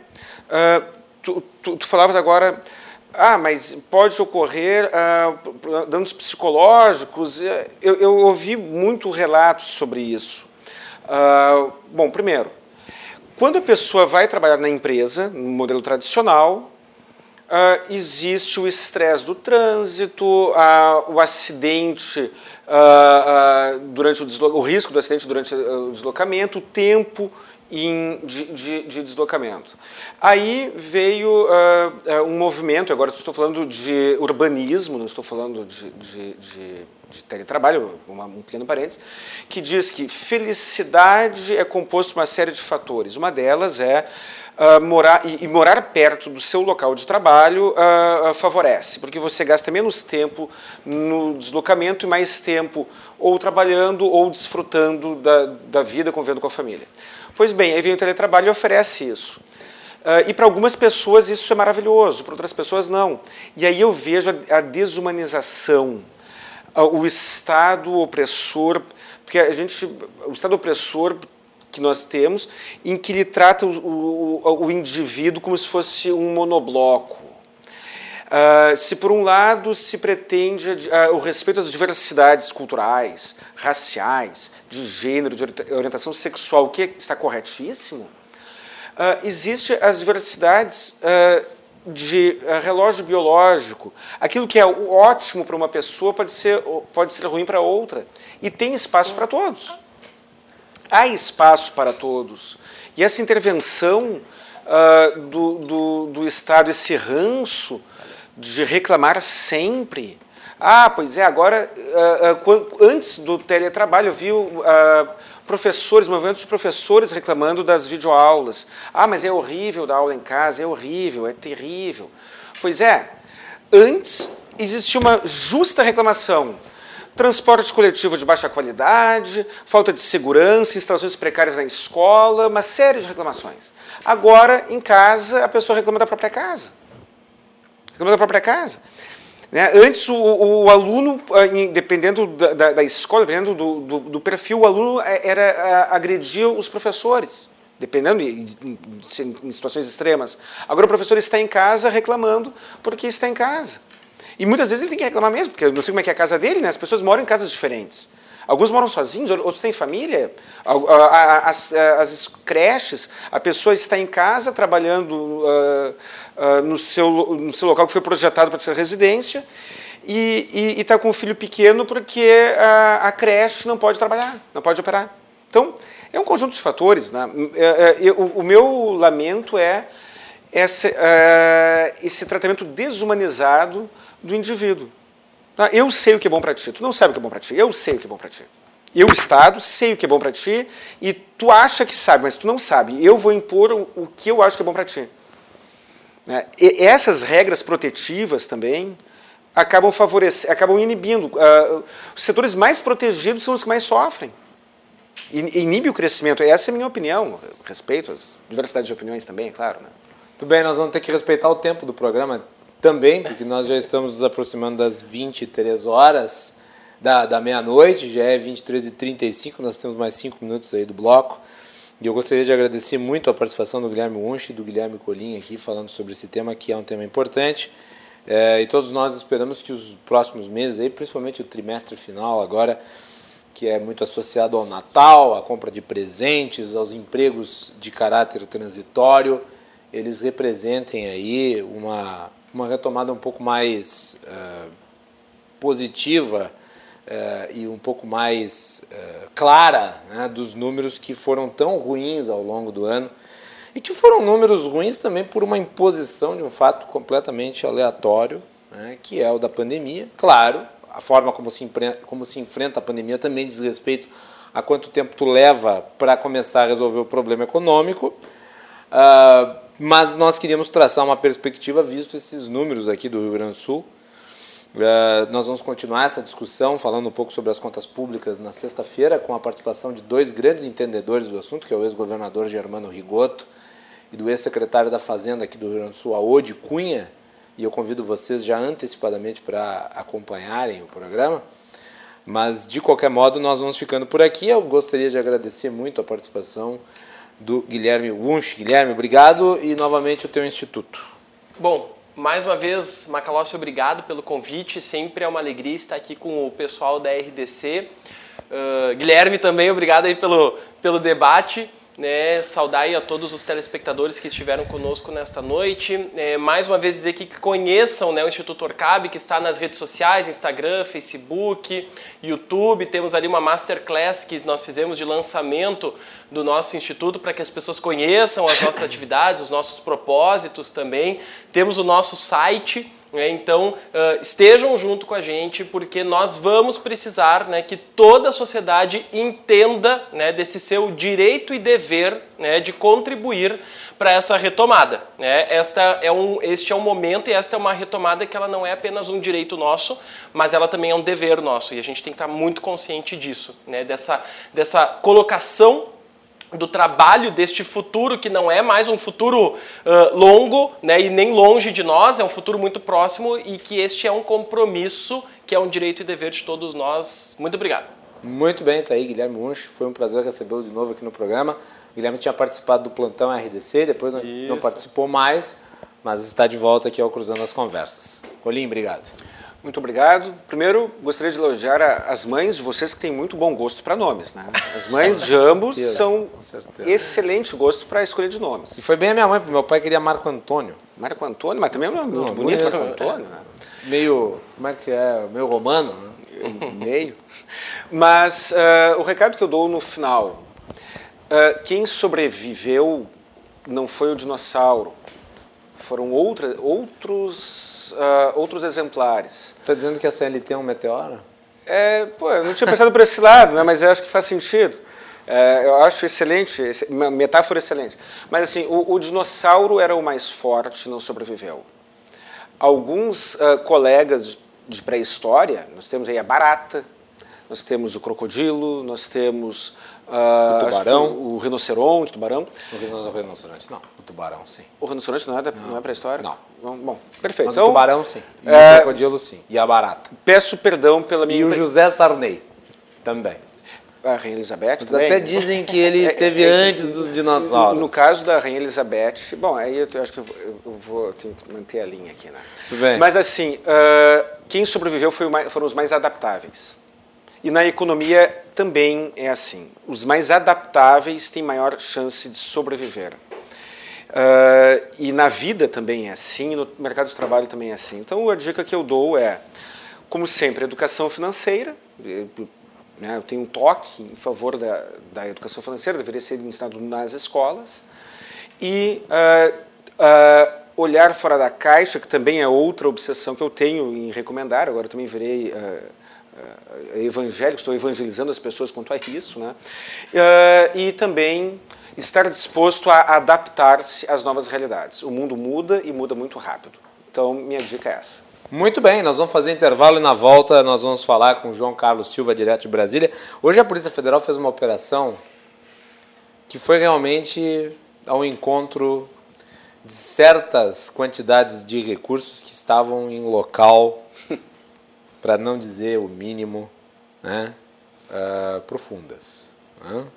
Tu falavas agora... mas pode ocorrer danos psicológicos. Eu ouvi muito relatos sobre isso. Bom, primeiro, quando a pessoa vai trabalhar na empresa, no modelo tradicional, existe o estresse do trânsito, o acidente durante o risco do acidente durante o deslocamento, o tempo de deslocamento. Aí veio um movimento, agora estou falando de urbanismo, não estou falando de teletrabalho, um pequeno parênteses, que diz que felicidade é composto por uma série de fatores. Uma delas é morar perto do seu local de trabalho favorece, porque você gasta menos tempo no deslocamento e mais tempo ou trabalhando ou desfrutando da vida, convivendo com a família. Pois bem, aí vem o teletrabalho e oferece isso. E para algumas pessoas isso é maravilhoso, para outras pessoas não. E aí eu vejo a desumanização, o Estado opressor, porque o Estado opressor que nós temos, em que ele trata o indivíduo como se fosse um monobloco. Se por um lado se pretende o respeito às diversidades culturais, raciais, de gênero, de orientação sexual, o que está corretíssimo, existe as diversidades de relógio biológico. Aquilo que é ótimo para uma pessoa pode ser ruim para outra. E tem espaço para todos. Há espaço para todos. E essa intervenção do Estado, esse ranço de reclamar sempre. Pois é, agora, antes do teletrabalho, eu vi movimento de professores reclamando das videoaulas. Mas é horrível dar aula em casa, é horrível, é terrível. Pois é, antes existia uma justa reclamação. Transporte coletivo de baixa qualidade, falta de segurança, instalações precárias na escola, uma série de reclamações. Agora, em casa, a pessoa reclama da própria casa. Antes, o aluno, dependendo da escola, dependendo do perfil, o aluno agredia os professores, dependendo em situações extremas. Agora o professor está em casa reclamando porque está em casa. E muitas vezes ele tem que reclamar mesmo, porque eu não sei como é que é a casa dele, né? As pessoas moram em casas diferentes. Alguns moram sozinhos, outros têm família. As creches, a pessoa está em casa trabalhando no seu local que foi projetado para ser residência e está com um filho pequeno porque a creche não pode trabalhar, não pode operar. Então, é um conjunto de fatores, né? O meu lamento é esse tratamento desumanizado do indivíduo. Eu sei o que é bom para ti, tu não sabe o que é bom para ti, eu sei o que é bom para ti. Eu, Estado, sei o que é bom para ti e tu acha que sabe, mas tu não sabe. Eu vou impor o que eu acho que é bom para ti. E essas regras protetivas também, acabam inibindo. Os setores mais protegidos são os que mais sofrem. Inibe o crescimento. Essa é a minha opinião. Respeito às diversidades de opiniões também, é claro. Né? Muito bem, nós vamos ter que respeitar o tempo do programa também, porque nós já estamos nos aproximando das 23 horas da meia-noite, já é 23h35, nós temos mais 5 minutos aí do bloco. E eu gostaria de agradecer muito a participação do Guilherme Wunsch e do Guilherme Colim aqui, falando sobre esse tema, que é um tema importante. E todos nós esperamos que os próximos meses, aí, principalmente o trimestre final agora, que é muito associado ao Natal, à compra de presentes, aos empregos de caráter transitório, eles representem aí uma retomada um pouco mais positiva e um pouco mais clara, né, dos números que foram tão ruins ao longo do ano e que foram números ruins também por uma imposição de um fato completamente aleatório, né, que é o da pandemia. Claro, a forma como se enfrenta a pandemia também diz respeito a quanto tempo tu leva para começar a resolver o problema econômico, mas nós queríamos traçar uma perspectiva visto esses números aqui do Rio Grande do Sul. Nós vamos continuar essa discussão falando um pouco sobre as contas públicas na sexta-feira, com a participação de 2 grandes entendedores do assunto, que é o ex-governador Germano Rigoto e do ex-secretário da Fazenda aqui do Rio Grande do Sul, Aode Cunha, e eu convido vocês já antecipadamente para acompanharem o programa. Mas, de qualquer modo, nós vamos ficando por aqui. Eu gostaria de agradecer muito a participação do Guilherme Wunsch. Guilherme, obrigado e novamente o teu instituto. Bom, mais uma vez, Macalossi, obrigado pelo convite. Sempre é uma alegria estar aqui com o pessoal da RDC. Guilherme também, obrigado aí pelo debate. Né, saudar aí a todos os telespectadores que estiveram conosco nesta noite. Mais uma vez dizer que conheçam, né, o Instituto Orcab, que está nas redes sociais, Instagram, Facebook, YouTube. Temos ali uma masterclass que nós fizemos de lançamento do nosso instituto para que as pessoas conheçam as nossas atividades, os nossos propósitos também. Temos o nosso site. Então, estejam junto com a gente, porque nós vamos precisar, né, que toda a sociedade entenda, né, desse seu direito e dever, né, de contribuir para essa retomada. Né? Este é um momento e esta é uma retomada que ela não é apenas um direito nosso, mas ela também é um dever nosso, e a gente tem que estar muito consciente disso, né, dessa colocação do trabalho, deste futuro que não é mais um futuro longo, né, e nem longe de nós, é um futuro muito próximo, e que este é um compromisso, que é um direito e dever de todos nós. Muito obrigado. Muito bem, tá aí Guilherme Wunsch, foi um prazer recebê-lo de novo aqui no programa. O Guilherme tinha participado do Plantão RDC, depois não participou mais, mas está de volta aqui ao Cruzando as Conversas. Colim, obrigado. Muito obrigado. Primeiro, gostaria de elogiar as mães de vocês que têm muito bom gosto para nomes. Né? As mães de ambos são excelente gosto para a escolha de nomes. E foi bem a minha mãe, porque meu pai queria Marco Antônio. Marco Antônio, mas também é um nome muito bonito, Marco Antônio. Né? Meio, como é que é? Meio romano, né? Meio. Mas o recado que eu dou no final, quem sobreviveu não foi o dinossauro, foram outros exemplares. Está dizendo que a CLT é um meteoro? Eu não tinha pensado por esse lado, né, mas eu acho que faz sentido. Eu acho excelente, uma metáfora excelente. Mas assim, o dinossauro era o mais forte, não sobreviveu. Alguns colegas de pré-história, nós temos aí a barata, nós temos o crocodilo, nós temos o tubarão, o rinoceronte, tubarão. O rinoceronte não, o tubarão sim. O rinoceronte não é pré-história? Não. Bom, perfeito. Mas então, o tubarão sim, e o crocodilo sim, e a barata. Peço perdão pela minha... E o José Sarney também. A Rainha Elizabeth Mas também. até dizem que ele esteve antes dos dinossauros. No caso da Rainha Elizabeth, bom, aí eu acho que eu tenho que manter a linha aqui, né? Tudo bem. Mas assim, quem sobreviveu foram os mais adaptáveis. E na economia também é assim. Os mais adaptáveis têm maior chance de sobreviver. E na vida também é assim, e no mercado de trabalho também é assim. Então a dica que eu dou é, como sempre, educação financeira. Eu tenho um toque em favor da educação financeira, deveria ser ensinado nas escolas. E olhar fora da caixa, que também é outra obsessão que eu tenho em recomendar. Agora eu também virei evangélico, estou evangelizando as pessoas quanto a isso. Né? E também estar disposto a adaptar-se às novas realidades. O mundo muda e muda muito rápido. Então, minha dica é essa. Muito bem, nós vamos fazer intervalo e na volta nós vamos falar com o João Carlos Silva, direto de Brasília. Hoje a Polícia Federal fez uma operação que foi realmente ao encontro de certas quantidades de recursos que estavam em local, para não dizer o mínimo, né, profundas. Né?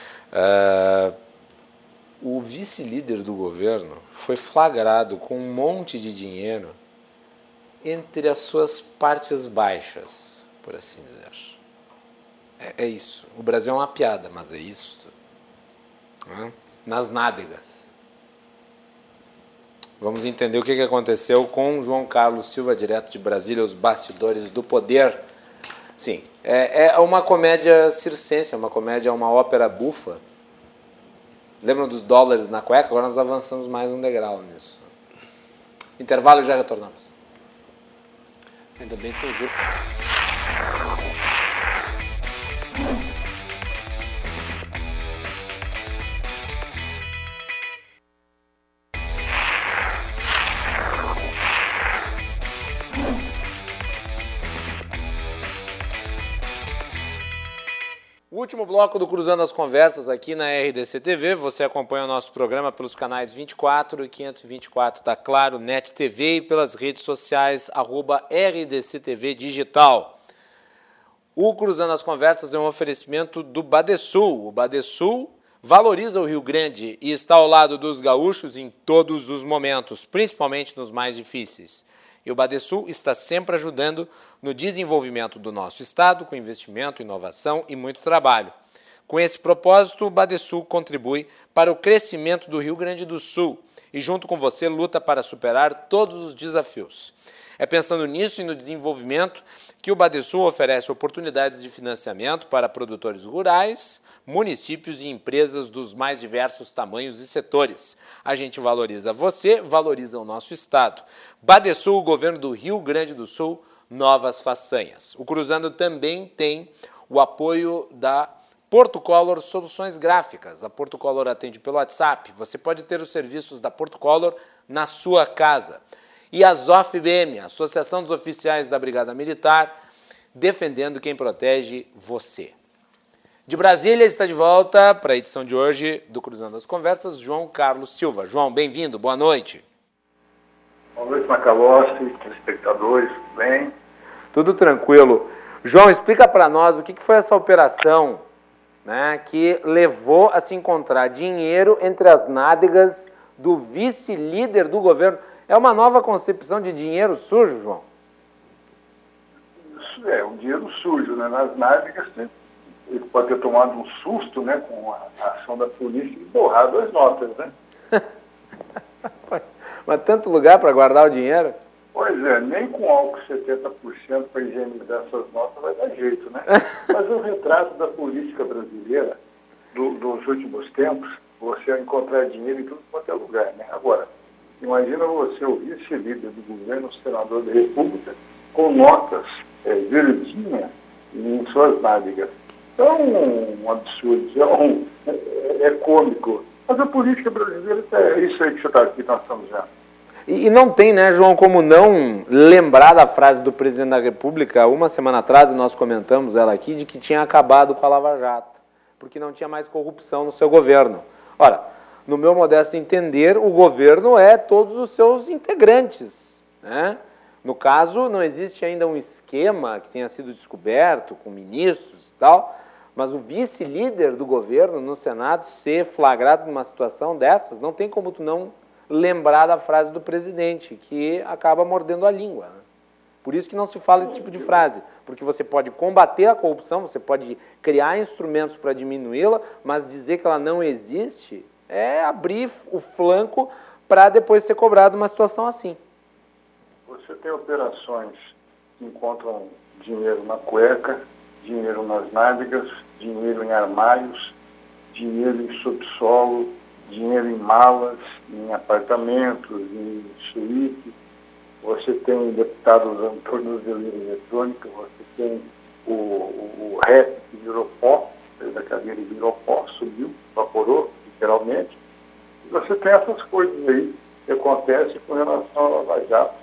O vice-líder do governo foi flagrado com um monte de dinheiro entre as suas partes baixas, por assim dizer. É isso. O Brasil é uma piada, mas é isso. Né? Nas nádegas. Vamos entender o que aconteceu com João Carlos Silva, direto de Brasília, os bastidores do poder. Sim, é uma comédia circense, é uma ópera bufa. Lembram dos dólares na cueca? Agora nós avançamos mais um degrau nisso. Intervalo e já retornamos. Ainda bem que eu vi. O último bloco do Cruzando as Conversas aqui na RDC TV. Você acompanha o nosso programa pelos canais 24 e 524 da Claro Net TV e pelas redes sociais @RDCTV Digital. O Cruzando as Conversas é um oferecimento do Badesul. O Badesul valoriza o Rio Grande e está ao lado dos gaúchos em todos os momentos, principalmente nos mais difíceis. E o Badesul está sempre ajudando no desenvolvimento do nosso estado, com investimento, inovação e muito trabalho. Com esse propósito, o Badesul contribui para o crescimento do Rio Grande do Sul e, junto com você, luta para superar todos os desafios. É pensando nisso e no desenvolvimento que o Badesul oferece oportunidades de financiamento para produtores rurais, municípios e empresas dos mais diversos tamanhos e setores. A gente valoriza você, valoriza o nosso estado. Badesul, governo do Rio Grande do Sul, novas façanhas. O Cruzando também tem o apoio da Porto Color Soluções Gráficas. A Porto Color atende pelo WhatsApp. Você pode ter os serviços da Porto Color na sua casa. E a ZOF-BM, Associação dos Oficiais da Brigada Militar, defendendo quem protege você. De Brasília está de volta para a edição de hoje do Cruzando as Conversas, João Carlos Silva. João, bem-vindo, boa noite. Boa noite, Macalossi, telespectadores, tudo bem? Tudo tranquilo. João, explica para nós o que foi essa operação, né, que levou a se encontrar dinheiro entre as nádegas do vice-líder do governo. É uma nova concepção de dinheiro sujo, João? Isso é, um dinheiro sujo, né? Nas nádegas, ele pode ter tomado um susto, né, com a ação da polícia e borrado as notas, né? Mas tanto lugar para guardar o dinheiro? Pois é, nem com álcool 70% para higienizar essas notas vai dar jeito, né? Mas o retrato da política brasileira dos últimos tempos, você encontrar dinheiro em tudo quanto é lugar, né? Agora, imagina você, o vice-líder do governo, o senador da República, com notas verdinhas em suas nádegas. É um absurdo, é cômico. Mas a política brasileira é isso aí que você está aqui, nós estamos vendo. E não tem, né, João, como não lembrar da frase do presidente da República, uma semana atrás, nós comentamos ela aqui, de que tinha acabado com a Lava Jato, porque não tinha mais corrupção no seu governo. Ora, no meu modesto entender, o governo é todos os seus integrantes, né? No caso, não existe ainda um esquema que tenha sido descoberto com ministros e tal, mas o vice-líder do governo no Senado ser flagrado numa situação dessas, não tem como tu não lembrar da frase do presidente, que acaba mordendo a língua, né? Por isso que não se fala esse tipo de frase, porque você pode combater a corrupção, você pode criar instrumentos para diminuí-la, mas dizer que ela não existe é abrir o flanco para depois ser cobrado uma situação assim. Você tem operações que encontram dinheiro na cueca, dinheiro nas nádegas, dinheiro em armários, dinheiro em subsolo, dinheiro em malas, em apartamentos, em suítes. Você tem deputado usando tornozeleira eletrônica, você tem o rap que virou pó, da cadeira virou pó, subiu, evaporou, literalmente. E você tem essas coisas aí que acontecem com relação ao Lava Jato.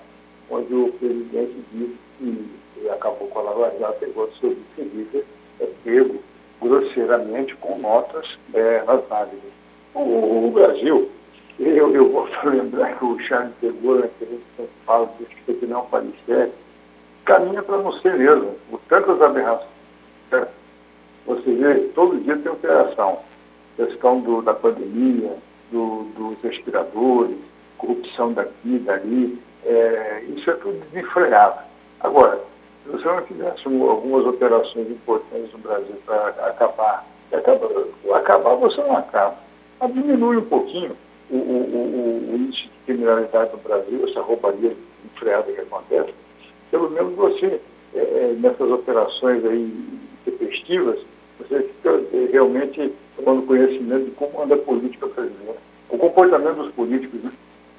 onde o presidente disse que acabou com a Lava Jato, pegou seu vice-líder, pego grosseiramente com notas nas nádegas. O Brasil, eu vou lembrar que o Charles de Gaulle, que a gente sempre fala que não parecer, caminha para não ser mesmo, por tantas aberrações. Certo? Você vê, todo dia tem operação. Questão da pandemia, dos respiradores, corrupção daqui, dali, isso é tudo desenfreado. Agora, se você não tivesse algumas operações importantes no Brasil para acabar você não acaba. Mas diminui um pouquinho o índice de criminalidade no Brasil, essa roubalheira enfreada que acontece, pelo menos você, nessas operações aí tempestivas, você fica realmente tomando conhecimento de como anda a política brasileira, o comportamento dos políticos, né?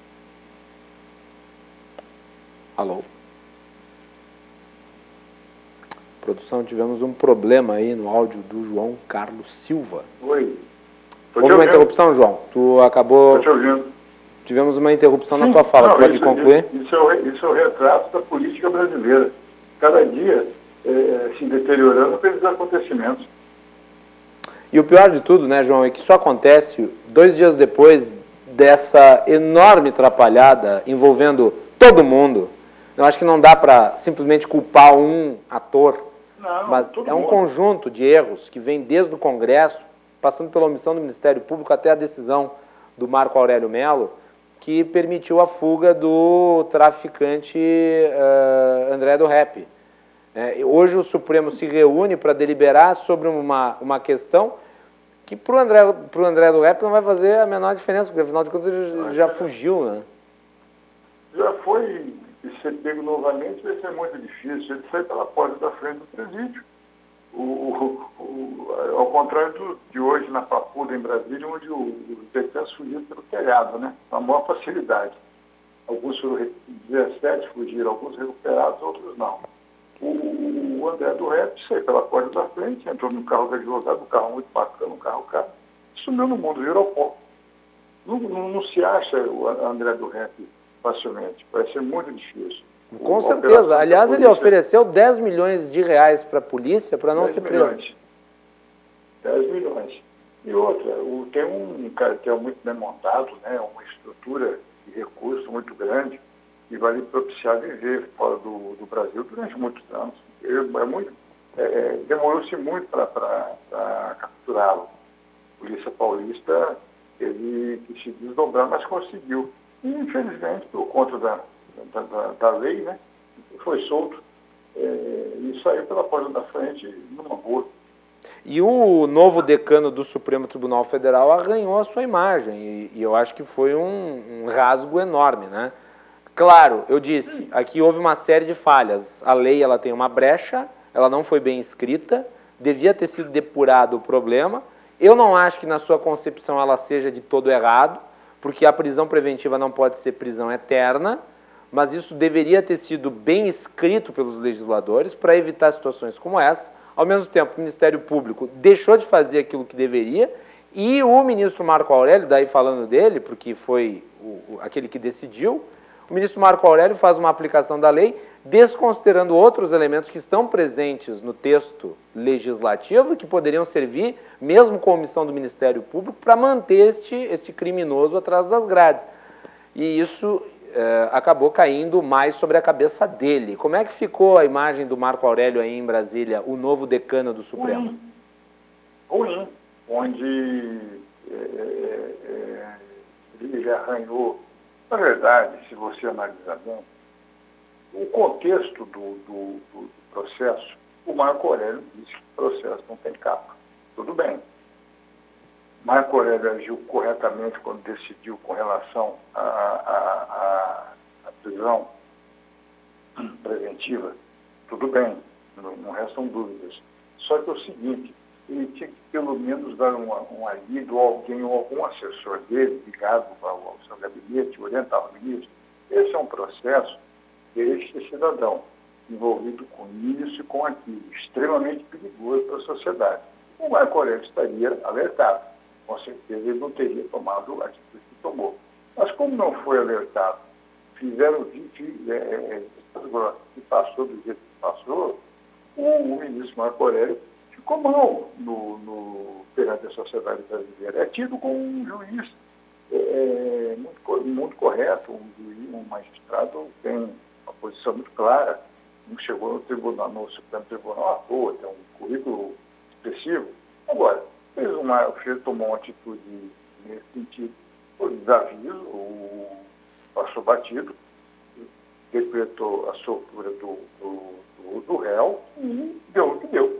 Alô? Produção, tivemos um problema aí no áudio do João Carlos Silva. Oi. Houve uma interrupção, João? Tu acabou... Estou te ouvindo. Tivemos uma interrupção na tua fala. Tu pode concluir? Isso é o retrato da política brasileira. Cada dia se deteriorando pelos acontecimentos. E o pior de tudo, né, João, é que isso acontece 2 dias depois dessa enorme atrapalhada envolvendo todo mundo. Eu acho que não dá para simplesmente culpar um ator, mas é um conjunto de erros que vem desde o Congresso, passando pela omissão do Ministério Público até a decisão do Marco Aurélio Mello, que permitiu a fuga do traficante André do Rep. Hoje o Supremo se reúne para deliberar sobre uma questão que para o André do Rep não vai fazer a menor diferença, porque afinal de contas ele já fugiu, né? Já foi ser pego novamente, vai ser muito difícil. Ele sai pela porta da frente do presídio. Ao contrário de hoje na Papuda, em Brasília, onde os detentos fugiram pelo telhado, né? Com a maior facilidade. Alguns foram 17 fugiram, alguns recuperados, outros não. O André do Rep saiu pela porta da frente, entrou no carro do advogado, um carro muito bacana, um carro caro, sumiu no mundo, virou pó. Não se acha o André do Rep facilmente, vai ser muito difícil. Com certeza. Aliás, ele ofereceu 10 milhões de reais para a polícia para não ser preso. 10 milhões. E outra, tem um cartel muito bem montado, né, uma estrutura de recurso muito grande, que vai lhe propiciar viver fora do Brasil durante muitos anos. Demorou-se muito para capturá-lo. A Polícia Paulista teve que se desdobrar, mas conseguiu. E, infelizmente, por conta da lei, né, foi solto e saiu pela porta da frente numa boa. E o novo decano do Supremo Tribunal Federal arranhou a sua imagem, e eu acho que foi um rasgo enorme, né? Claro, eu disse, aqui houve uma série de falhas. A lei ela tem uma brecha, ela não foi bem escrita, devia ter sido depurado o problema. Eu não acho que na sua concepção ela seja de todo errado, porque a prisão preventiva não pode ser prisão eterna, mas isso deveria ter sido bem escrito pelos legisladores para evitar situações como essa. Ao mesmo tempo, o Ministério Público deixou de fazer aquilo que deveria, e o ministro Marco Aurélio, daí falando dele, porque foi aquele que decidiu, o ministro Marco Aurélio faz uma aplicação da lei, desconsiderando outros elementos que estão presentes no texto legislativo e que poderiam servir, mesmo com a omissão do Ministério Público, para manter este criminoso atrás das grades. E isso acabou caindo mais sobre a cabeça dele. Como é que ficou a imagem do Marco Aurélio aí em Brasília, o novo decano do Supremo? Ruim, onde ele arranhou. Na verdade, se você analisar bem, o contexto do processo, o Marco Aurélio disse que o processo não tem capa. Tudo bem. Marco Aurélio agiu corretamente quando decidiu com relação à prisão preventiva. Tudo bem, não restam dúvidas. Só que é o seguinte, ele tinha que pelo menos dar um alívio ou algum assessor dele ligado ao seu gabinete, orientar o ministro. Esse é um processo de este cidadão envolvido com isso e com aquilo, extremamente perigoso para a sociedade. O Marco Aurélio estaria alertado. Com certeza ele não teria tomado a atitude que tomou. Mas como não foi alertado fizeram que passou do jeito que passou, o ministro Marco Aurélio ficou mal perante a sociedade brasileira. É tido como um juiz muito correto, um magistrado tem uma posição muito clara, não chegou no Supremo Tribunal à toa, tem um currículo expressivo. Agora, ele tomou uma atitude nesse sentido, por desaviso, passou batido, decretou a soltura do réu e deu o que deu.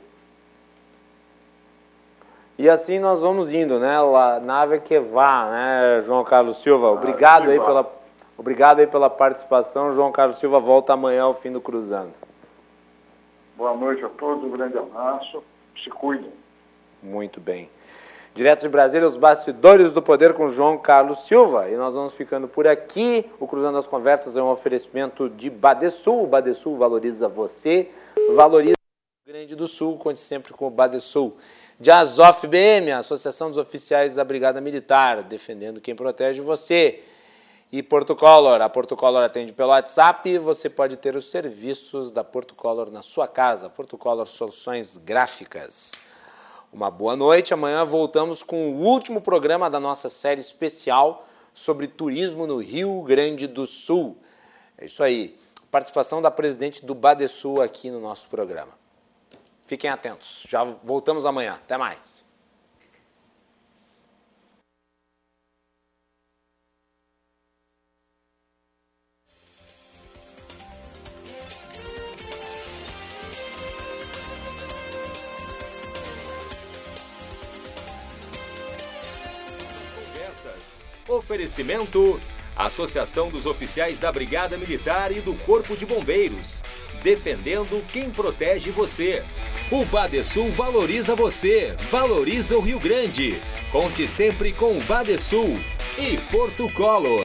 E assim nós vamos indo, né? La nave que vá, né, João Carlos Silva? Obrigado aí pela participação. João Carlos Silva volta amanhã ao fim do Cruzando. Boa noite a todos, um grande abraço, se cuidem. Muito bem. Direto de Brasília, os bastidores do poder com João Carlos Silva. E nós vamos ficando por aqui. O Cruzando as Conversas é um oferecimento de Badesul. O Badesul valoriza você, valoriza o Rio Grande do Sul. Conte sempre com o Badesul. De Azof BM, a Associação dos Oficiais da Brigada Militar, defendendo quem protege você. E Porto Color, a Porto Color atende pelo WhatsApp e você pode ter os serviços da Porto Color na sua casa. Porto Color Soluções Gráficas. Uma boa noite, amanhã voltamos com o último programa da nossa série especial sobre turismo no Rio Grande do Sul. É isso aí, participação da presidente do Badesul aqui no nosso programa. Fiquem atentos, já voltamos amanhã, até mais. Oferecimento: Associação dos Oficiais da Brigada Militar e do Corpo de Bombeiros, defendendo quem protege você. O Badesul valoriza você, valoriza o Rio Grande. Conte sempre com o Badesul e Porto Color.